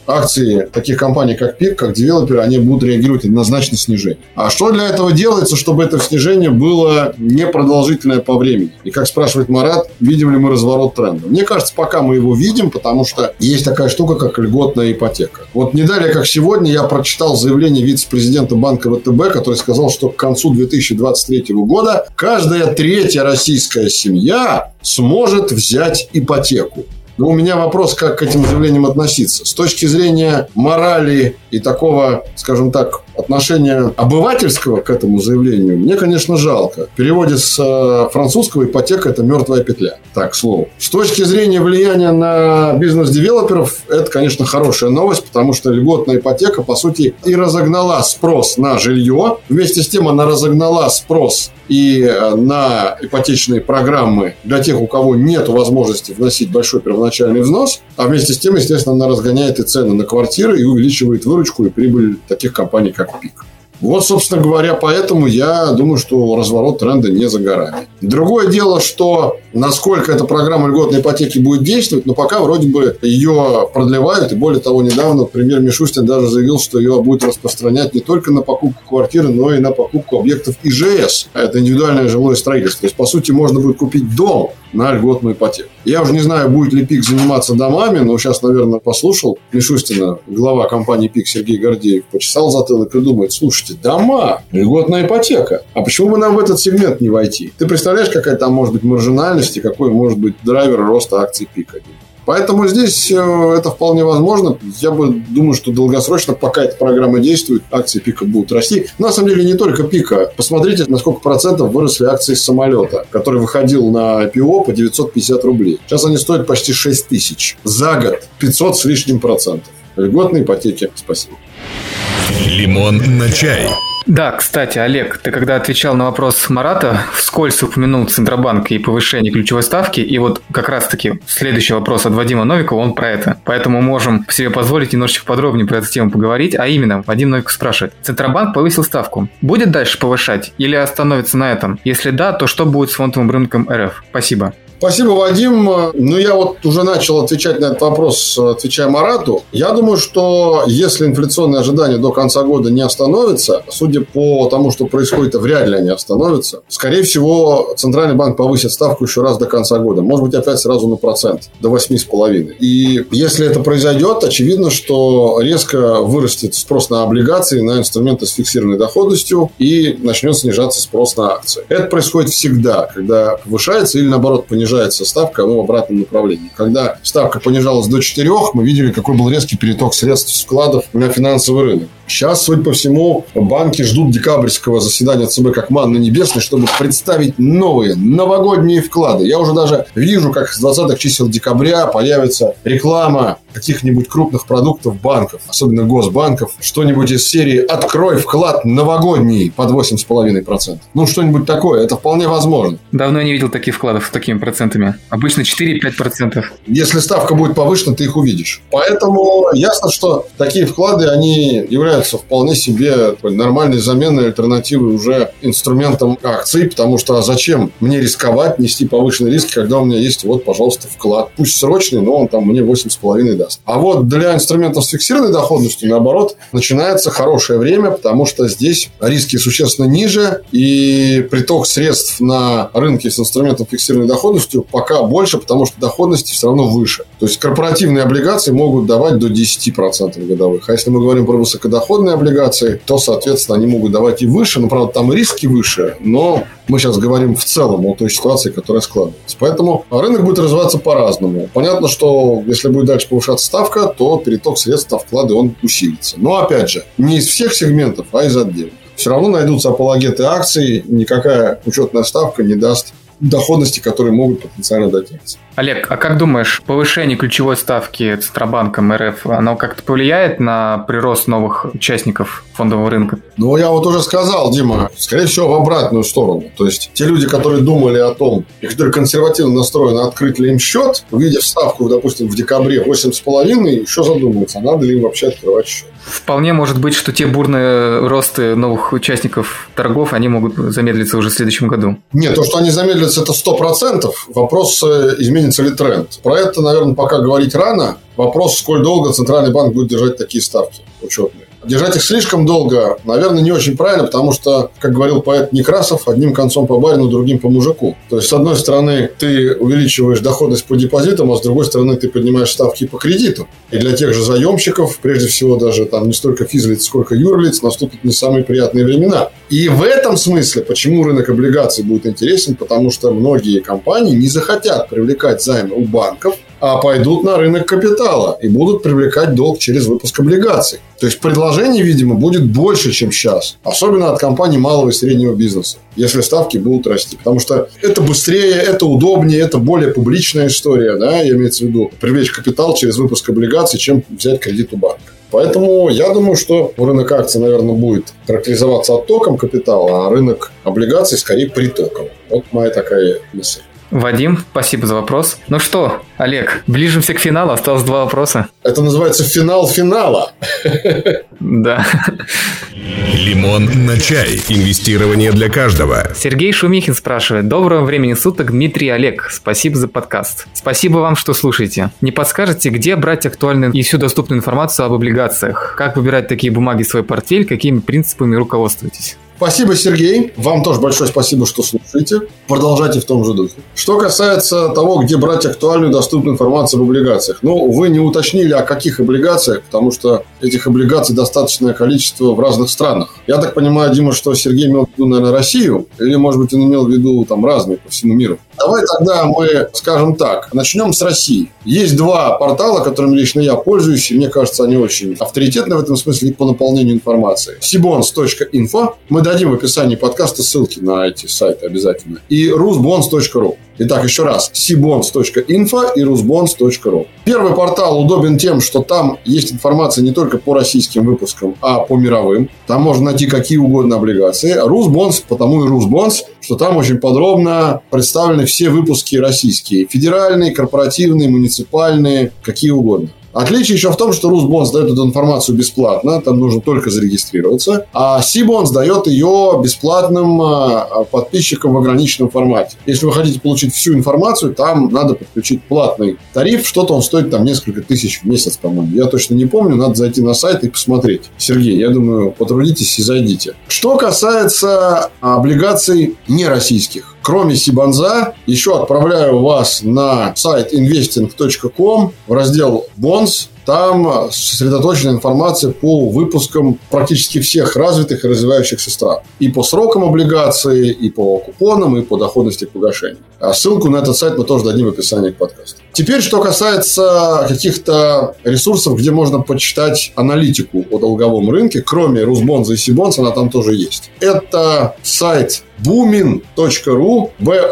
акции таких компаний, как ПИК, как девелоперы, они будут реагировать однозначно снижение. А что для этого делается, чтобы это снижение было непродолжительное по времени? И как спрашивает Марат, видим ли мы разворот тренда? Мне кажется, пока мы его видим, потому что есть такая штука, как льготная ипотека. Вот не далее, как сегодня, я прочитал заявление вице-президента банка ВТБ, который сказал, что к концу 2023 года каждая третья российская семья сможет взять ипотеку. Но у меня вопрос, как к этим заявлениям относиться. С точки зрения морали и такого, скажем так, отношения обывательского к этому заявлению, мне, конечно, жалко. В переводе с французского ипотека – это мертвая петля. Так, к слову. С точки зрения влияния на бизнес-девелоперов, это, конечно, хорошая новость, потому что льготная ипотека, по сути, и разогнала спрос на жилье. Вместе с тем она разогнала спрос и на ипотечные программы для тех, у кого нет возможности вносить большой первоначальный взнос, а вместе с тем, естественно, она разгоняет и цены на квартиры и увеличивает выручку и прибыль таких компаний, как ПИК. Вот, собственно говоря, поэтому я думаю, что разворот тренда не за горами. Другое дело, что насколько эта программа льготной ипотеки будет действовать, но пока вроде бы ее продлевают. И более того, недавно премьер Мишустин даже заявил, что ее будет распространять не только на покупку квартиры, но и на покупку объектов ИЖС. Это индивидуальное жилое строительство. То есть, по сути, можно будет купить дом на льготную ипотеку. Я уже не знаю, будет ли ПИК заниматься домами, но сейчас, наверное, послушал Мишустина, глава компании ПИК Сергей Гордеев, почесал затылок и думает: слушайте, дома, льготная ипотека. А почему бы нам в этот сегмент не войти? Ты представляешь, какая там может быть маржинальность и какой может быть драйвер роста акций ПИКа? Поэтому здесь это вполне возможно. Я думаю, что долгосрочно, пока эта программа действует, акции ПИКа будут расти. На самом деле, не только ПИКа. Посмотрите, на сколько процентов выросли акции самолета, который выходил на IPO по 950 рублей. Сейчас они стоят почти 6 тысяч. За год 500 с лишним процентов. Льготные ипотеки. Спасибо. Лимон на чай. Да, кстати, Олег, ты когда отвечал на вопрос Марата, вскользь упомянул Центробанк и повышение ключевой ставки, и вот как раз-таки следующий вопрос от Вадима Новикова, он про это. Поэтому можем себе позволить немножечко подробнее про эту тему поговорить, а именно, Вадим Новиков спрашивает: Центробанк повысил ставку. Будет дальше повышать или остановится на этом? Если да, то что будет с фондовым рынком РФ? Спасибо. Спасибо, Вадим. Ну, я вот уже начал отвечать на этот вопрос, отвечая Марату. Я думаю, что если инфляционные ожидания до конца года не остановятся, судя по тому, что происходит, вряд ли они остановятся, скорее всего, Центральный банк повысит ставку еще раз до конца года. Может быть, опять сразу на процент, до 8,5%. И если это произойдет, очевидно, что резко вырастет спрос на облигации, на инструменты с фиксированной доходностью, и начнет снижаться спрос на акции. Это происходит всегда, когда повышается или, наоборот, понижается ставка в обратном направлении. Когда ставка понижалась до 4, мы видели, какой был резкий переток средств вкладов на финансовый рынок. Сейчас, судя по всему, банки ждут декабрьского заседания ЦБ как манны небесной, чтобы представить новые новогодние вклады. Я уже даже вижу, как с 20-х чисел декабря появится реклама каких-нибудь крупных продуктов банков, особенно госбанков, что-нибудь из серии «Открой вклад новогодний под 8,5%». Ну, что-нибудь такое. Это вполне возможно. Давно не видел таких вкладов с такими процентами. Обычно 4-5%. Если ставка будет повышена, ты их увидишь. Поэтому ясно, что такие вклады, они являются вполне себе нормальной заменой, альтернативой уже инструментам акций, потому что зачем мне рисковать, нести повышенные риски, когда у меня есть, вот, пожалуйста, вклад. Пусть срочный, но он там мне 8,5 даст. А вот для инструментов с фиксированной доходностью, наоборот, начинается хорошее время, потому что здесь риски существенно ниже, и приток средств на рынке с инструментом фиксированной доходностью пока больше, потому что доходности все равно выше. То есть корпоративные облигации могут давать до 10% годовых. А если мы говорим про высокодоходные облигации, то, соответственно, они могут давать и выше. Но, правда, там и риски выше. Но мы сейчас говорим в целом о той ситуации, которая складывается. Поэтому рынок будет развиваться по-разному. Понятно, что если будет дальше повышаться ставка, то переток средств на вклады он усилится. Но, опять же, не из всех сегментов, а из отдельных. Все равно найдутся апологеты акций. Никакая учетная ставка не даст доходности, которые могут потенциально дотянуться. Олег, а как думаешь, повышение ключевой ставки Центробанком РФ, оно как-то повлияет на прирост новых участников фондового рынка? Ну, я вот уже сказал, Дима, скорее всего, в обратную сторону. То есть, те люди, которые думали о том, и которые консервативно настроены, открыть ли им счет, увидев ставку, допустим, в декабре 8,5, еще задумаются, надо ли им вообще открывать счет. Вполне может быть, что те бурные росты новых участников торгов, они могут замедлиться уже в следующем году. Нет, то, что они замедлятся юрлиц это 100%. Вопрос, изменится ли тренд. Про это, наверное, пока говорить рано. Вопрос, сколь долго Центральный банк будет держать такие ставки учетные. Держать их слишком долго, наверное, не очень правильно, потому что, как говорил поэт Некрасов, одним концом по барину, другим по мужику. То есть, с одной стороны, ты увеличиваешь доходность по депозитам, а с другой стороны, ты поднимаешь ставки по кредиту. И для тех же заемщиков, прежде всего, даже там не столько физлиц, сколько юрлиц, наступят не самые приятные времена. И в этом смысле, почему рынок облигаций будет интересен, потому что многие компании не захотят привлекать займы у банков, а пойдут на рынок капитала и будут привлекать долг через выпуск облигаций. То есть, предложений, видимо, будет больше, чем сейчас. Особенно от компаний малого и среднего бизнеса, если ставки будут расти. Потому что это быстрее, это удобнее, это более публичная история, да, я имею в виду привлечь капитал через выпуск облигаций, чем взять кредит у банка. Поэтому я думаю, что рынок акций, наверное, будет характеризоваться оттоком капитала, а рынок облигаций скорее притоком. Вот моя такая мысль. Вадим, спасибо за вопрос. Ну что, Олег, ближимся к финалу, осталось 2 вопроса. Это называется финал финала. Да. Лимон на чай. Инвестирование для каждого. Сергей Шумихин спрашивает. Доброго времени суток, Дмитрий и Олег. Спасибо за подкаст. Спасибо вам, что слушаете. Не подскажете, где брать актуальную и всю доступную информацию об облигациях? Как выбирать такие бумаги в свой портфель? Какими принципами руководствуетесь? Спасибо, Сергей. Вам тоже большое спасибо, что слушаете. Продолжайте в том же духе. Что касается того, где брать актуальную доступную информацию об облигациях. Ну, вы не уточнили, о каких облигациях, потому что этих облигаций достаточное количество в разных странах. Я так понимаю, Дима, что Сергей имел в виду, наверное, Россию, или, может быть, он имел в виду там разные по всему миру. Давай тогда мы скажем так. Начнем с России. Есть 2 портала, которыми лично я пользуюсь, и мне кажется, они очень авторитетны в этом смысле по наполнению информации. sibonds.info. Мы дадим в описании подкаста ссылки на эти сайты обязательно. И rusbonds.ru. Итак, еще раз. sibonds.info и rusbonds.ru. Первый портал удобен тем, что там есть информация не только по российским выпускам, а по мировым. Там можно найти какие угодно облигации. Rusbonds, потому и Rusbonds, что там очень подробно представлены все выпуски российские. Федеральные, корпоративные, муниципальные, какие угодно. Отличие еще в том, что Rusbonds дает эту информацию бесплатно, там нужно только зарегистрироваться, а Sibonds дает ее бесплатным подписчикам в ограниченном формате. Если вы хотите получить всю информацию, там надо подключить платный тариф, что-то он стоит там несколько тысяч в месяц, по-моему. Я точно не помню, надо зайти на сайт и посмотреть. Сергей, я думаю, потрудитесь и зайдите. Что касается облигаций нероссийских. Кроме Сибонза, еще отправляю вас на сайт investing.com в раздел Bonds. Там сосредоточена информация по выпускам практически всех развитых и развивающихся стран. И по срокам облигаций, и по купонам, и по доходности к погашению. А ссылку на этот сайт мы тоже дадим в описании к подкасту. Теперь, что касается каких-то ресурсов, где можно почитать аналитику о долговом рынке, кроме Rusbonds и Sibonds, она там тоже есть. Это сайт boomin.ru,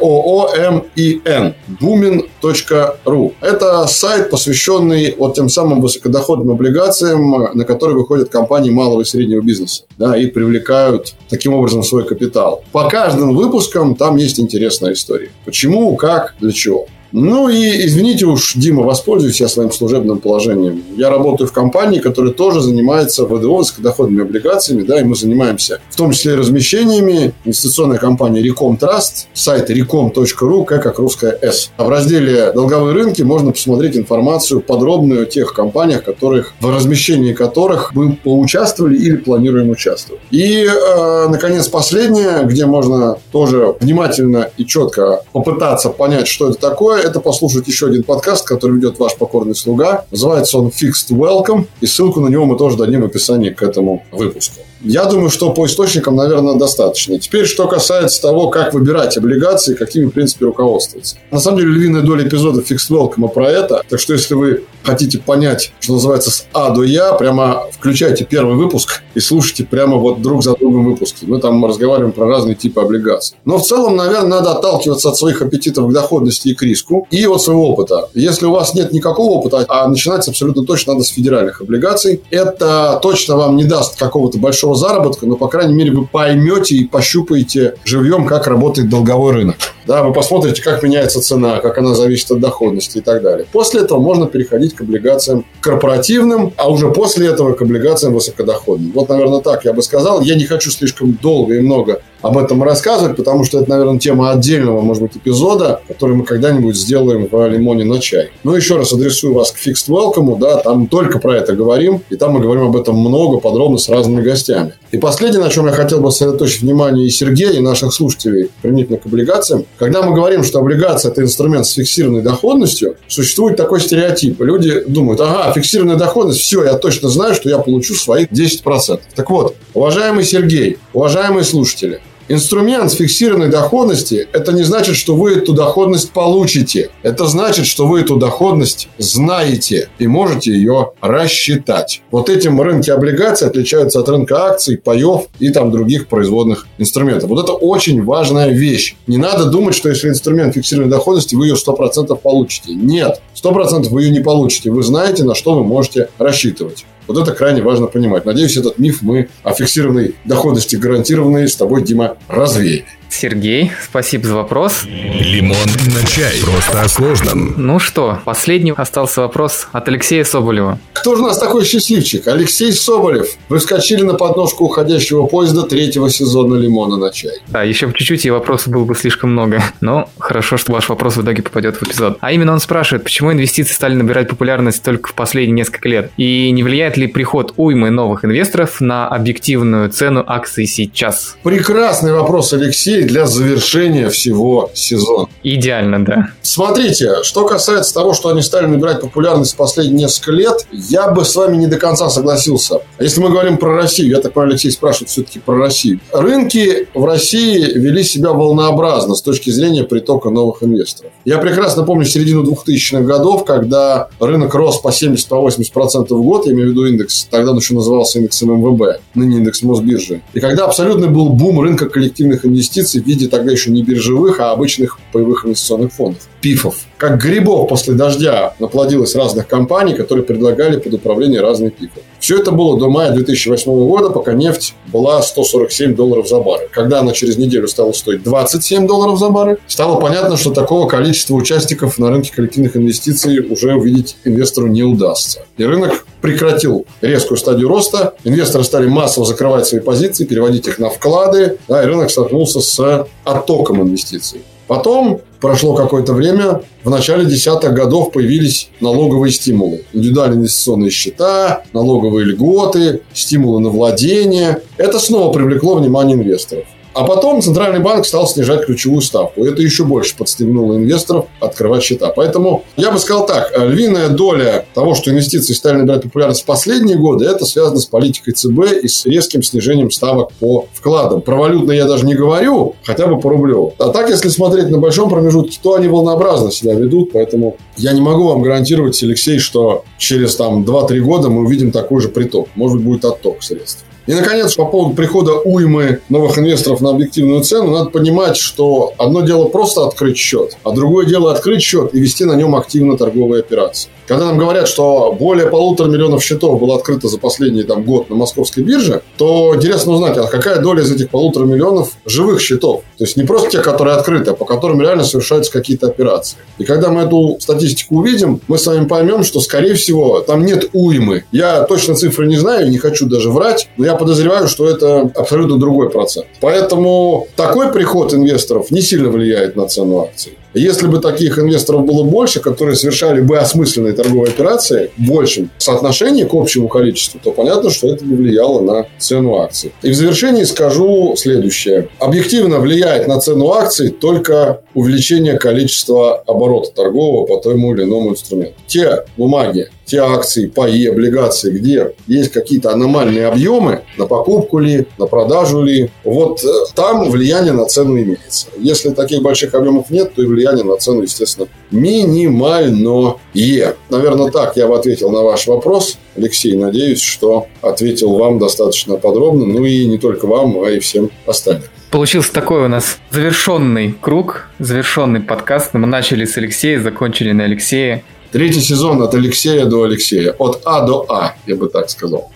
B-O-O-M-I-N, boomin.ru. Это сайт, посвященный вот тем самым высокодоходным облигациям, на которые выходят компании малого и среднего бизнеса, да, и привлекают таким образом свой капитал. По каждым выпускам там есть интересная история. Почему, как, для чего. Ну и, извините уж, Дима, воспользуюсь я своим служебным положением. Я работаю в компании, которая тоже занимается ВДО, высокодоходными облигациями, да, и мы занимаемся в том числе размещениями. Инвестиционная компания Recom Trust, сайт recom.ru, как русская «С». А в разделе «Долговые рынки» можно посмотреть информацию подробную о тех компаниях, в размещении которых мы поучаствовали или планируем участвовать. И, наконец, последнее, где можно тоже внимательно и четко попытаться понять, что это такое, это послушать еще один подкаст, который ведет ваш покорный слуга. Называется он Fixed Welcome, и ссылку на него мы тоже дадим в описании к этому выпуску. Я думаю, что по источникам, наверное, достаточно. Теперь, что касается того, как выбирать облигации, какими, в принципе, руководствоваться. На самом деле, львиная доля эпизодов Fixed Welcome про это. Так что, если вы хотите понять, что называется, с А до Я, прямо включайте первый выпуск и слушайте прямо вот друг за другом выпуски. Мы там разговариваем про разные типы облигаций. Но в целом, наверное, надо отталкиваться от своих аппетитов к доходности и к риску и от своего опыта. Если у вас нет никакого опыта, а начинать абсолютно точно надо с федеральных облигаций, это точно вам не даст какого-то большого заработка, но, по крайней мере, вы поймете и пощупаете живьем, как работает долговой рынок. Да, вы посмотрите, как меняется цена, как она зависит от доходности и так далее. После этого можно переходить к облигациям корпоративным, а уже после этого к облигациям высокодоходным. Вот, наверное, так я бы сказал. Я не хочу слишком долго и много об этом рассказывать, потому что это, наверное, тема отдельного, может быть, эпизода, который мы когда-нибудь сделаем в «Лимоне на чай». Но еще раз адресую вас к Fixed Welcome, да, там только про это говорим, и там мы говорим об этом много, подробно, с разными гостями. И последнее, на чем я хотел бы сосредоточить внимание и Сергея, и наших слушателей применительно к облигациям. Когда мы говорим, что облигация – это инструмент с фиксированной доходностью, существует такой стереотип. Люди думают, ага, фиксированная доходность, все, я точно знаю, что я получу свои 10%. Так вот, уважаемый Сергей, уважаемые слушатели, инструмент с фиксированной доходности – это не значит, что вы эту доходность получите. Это значит, что вы эту доходность знаете и можете ее рассчитать. Вот этим рынки облигаций отличаются от рынка акций, паев и там других производных инструментов. Вот это очень важная вещь. Не надо думать, что если инструмент фиксированной доходности, вы ее 100% получите. Нет, 100% вы ее не получите. Вы знаете, на что вы можете рассчитывать. Вот это крайне важно понимать. Надеюсь, этот миф мы о фиксированной доходности гарантированной с тобой, Дима, развеяли. Сергей, спасибо за вопрос. Лимон на чай. Просто о сложном. Ну что, последний остался вопрос от Алексея Соболева. Кто же у нас такой счастливчик? Алексей Соболев. Вы вскочили на подножку уходящего поезда 3-го сезона «Лимона на чай». Да, еще чуть-чуть, и вопросов было бы слишком много. Но хорошо, что ваш вопрос в итоге попадет в эпизод. А именно он спрашивает, почему инвестиции стали набирать популярность только в последние несколько лет? И не влияет ли приход уймы новых инвесторов на объективную цену акций сейчас? Прекрасный вопрос, Алексей, для завершения всего сезона. Идеально, да. Смотрите, что касается того, что они стали набирать популярность в последние несколько лет, я бы с вами не до конца согласился. Если мы говорим про Россию, я так понимаю, Алексей спрашивает все-таки про Россию. Рынки в России вели себя волнообразно с точки зрения притока новых инвесторов. Я прекрасно помню середину 2000-х годов, когда рынок рос по 70-80% в год, я имею в виду индекс, тогда он еще назывался индексом МВБ, ныне индекс Мосбиржи. И когда абсолютно был бум рынка коллективных инвестиций в виде тогда еще не биржевых, а обычных паевых инвестиционных фондов, ПИФов. Как грибов после дождя наплодилось разных компаний, которые предлагали под управление разные ПИФы. Все это было до мая 2008 года, пока нефть была $147 за баррель. Когда она через неделю стала стоить $27 за баррель, стало понятно, что такого количества участников на рынке коллективных инвестиций уже увидеть инвестору не удастся. И рынок прекратил резкую стадию роста. Инвесторы стали массово закрывать свои позиции, переводить их на вклады. Да, и рынок столкнулся с оттоком инвестиций. Потом прошло какое-то время, в начале десятых годов появились налоговые стимулы. Индивидуальные инвестиционные счета, налоговые льготы, стимулы на владение. Это снова привлекло внимание инвесторов. А потом Центральный банк стал снижать ключевую ставку. Это еще больше подстегнуло инвесторов открывать счета. Поэтому я бы сказал так. Львиная доля того, что инвестиции стали набирать популярность в последние годы, это связано с политикой ЦБ и с резким снижением ставок по вкладам. Про валютные я даже не говорю, хотя бы по рублю. А так, если смотреть на большом промежутке, то они волнообразно себя ведут. Поэтому я не могу вам гарантировать, Алексей, что через 2-3 года мы увидим такой же приток. Может быть, будет отток средств. И, наконец, по поводу прихода уймы новых инвесторов на объективную цену, надо понимать, что одно дело просто открыть счет, а другое дело открыть счет и вести на нем активно торговые операции. Когда нам говорят, что более 1,5 миллиона счетов было открыто за последний год на московской бирже, то интересно узнать, а какая доля из этих 1,5 миллиона живых счетов. То есть не просто те, которые открыты, а по которым реально совершаются какие-то операции. И когда мы эту статистику увидим, мы с вами поймем, что, скорее всего, там нет уймы. Я точно цифры не знаю, не хочу даже врать, но я подозреваю, что это абсолютно другой процент. Поэтому такой приход инвесторов не сильно влияет на цену акций. Если бы таких инвесторов было больше, которые совершали бы осмысленные торговые операции в большем соотношении к общему количеству, то понятно, что это бы влияло на цену акций. И в завершении скажу следующее. Объективно влияет на цену акций только увеличение количества оборота торгового по тому или иному инструменту. Те бумаги, те акции, паи, облигации, где есть какие-то аномальные объемы, на покупку ли, на продажу ли, вот там влияние на цену имеется. Если таких больших объемов нет, то и влияние на цену, естественно, минимальное. Наверное, так я бы ответил на ваш вопрос, Алексей. Надеюсь, что ответил вам достаточно подробно, ну и не только вам, а и всем остальным. Получился такой у нас завершенный круг, завершенный подкаст. Мы начали с Алексея, закончили на Алексея. 3-й сезон от Алексея до Алексея. От А до А, я бы так сказал.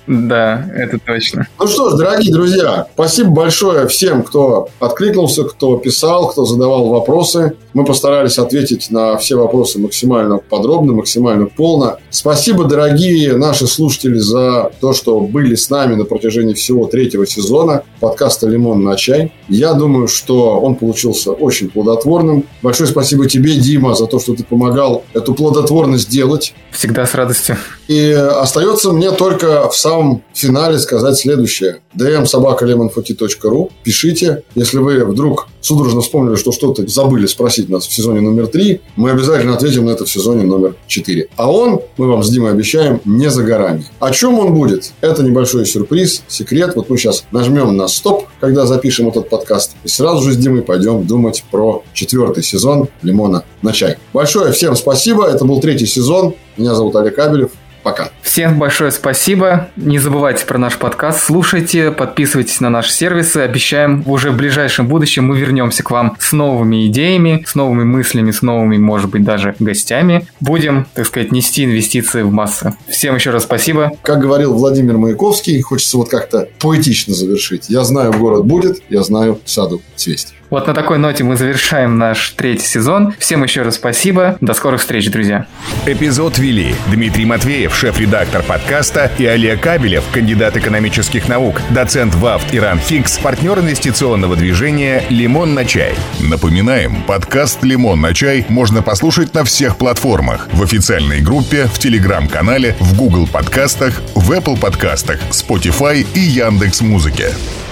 Да, это точно. Ну что ж, дорогие друзья, спасибо большое всем, кто откликнулся, кто писал, кто задавал вопросы. Мы постарались ответить на все вопросы максимально подробно, максимально полно. Спасибо, дорогие наши слушатели, за то, что были с нами на протяжении всего 3-го сезона подкаста «Лимон на чай». Я думаю, что он получился очень плодотворным. Большое спасибо тебе, Дима, за то, что ты помогал эту плодотворность делать. Всегда с радостью. И остается мне только в самом финале сказать следующее. dm@lemonforty.ru. Пишите. Если вы вдруг судорожно вспомнили, что что-то забыли спросить нас в сезоне номер 3, мы обязательно ответим на это в сезоне номер 4. А он, мы вам с Димой обещаем, не за горами. О чем он будет? Это небольшой сюрприз, секрет. Вот мы сейчас нажмем на стоп, когда запишем этот подкаст, и сразу же с Димой пойдем думать про 4-й сезон «Лимона на чай». Большое всем спасибо. Это был 3-й сезон. Меня зовут Олег Кабелев. Пока. Всем большое спасибо. Не забывайте про наш подкаст. Слушайте, подписывайтесь на наши сервисы. Обещаем, уже в ближайшем будущем мы вернемся к вам с новыми идеями, с новыми мыслями, с новыми, может быть, даже гостями. Будем, так сказать, нести инвестиции в массы. Всем еще раз спасибо. Как говорил Владимир Маяковский, хочется вот как-то поэтично завершить. Я знаю, город будет, я знаю, саду цвесть. Вот на такой ноте мы завершаем наш 3-й сезон. Всем еще раз спасибо. До скорых встреч, друзья. Эпизод вели Дмитрий Матвеев, шеф-редактор подкаста, и Олег Кабелев, кандидат экономических наук, доцент ВАФТ ИРАН-ФИКС, партнер инвестиционного движения «Лимон на чай». Напоминаем, подкаст «Лимон на чай» можно послушать на всех платформах. В официальной группе, в Телеграм-канале, в Google подкастах, в Apple подкастах, Spotify и Яндекс.Музыке.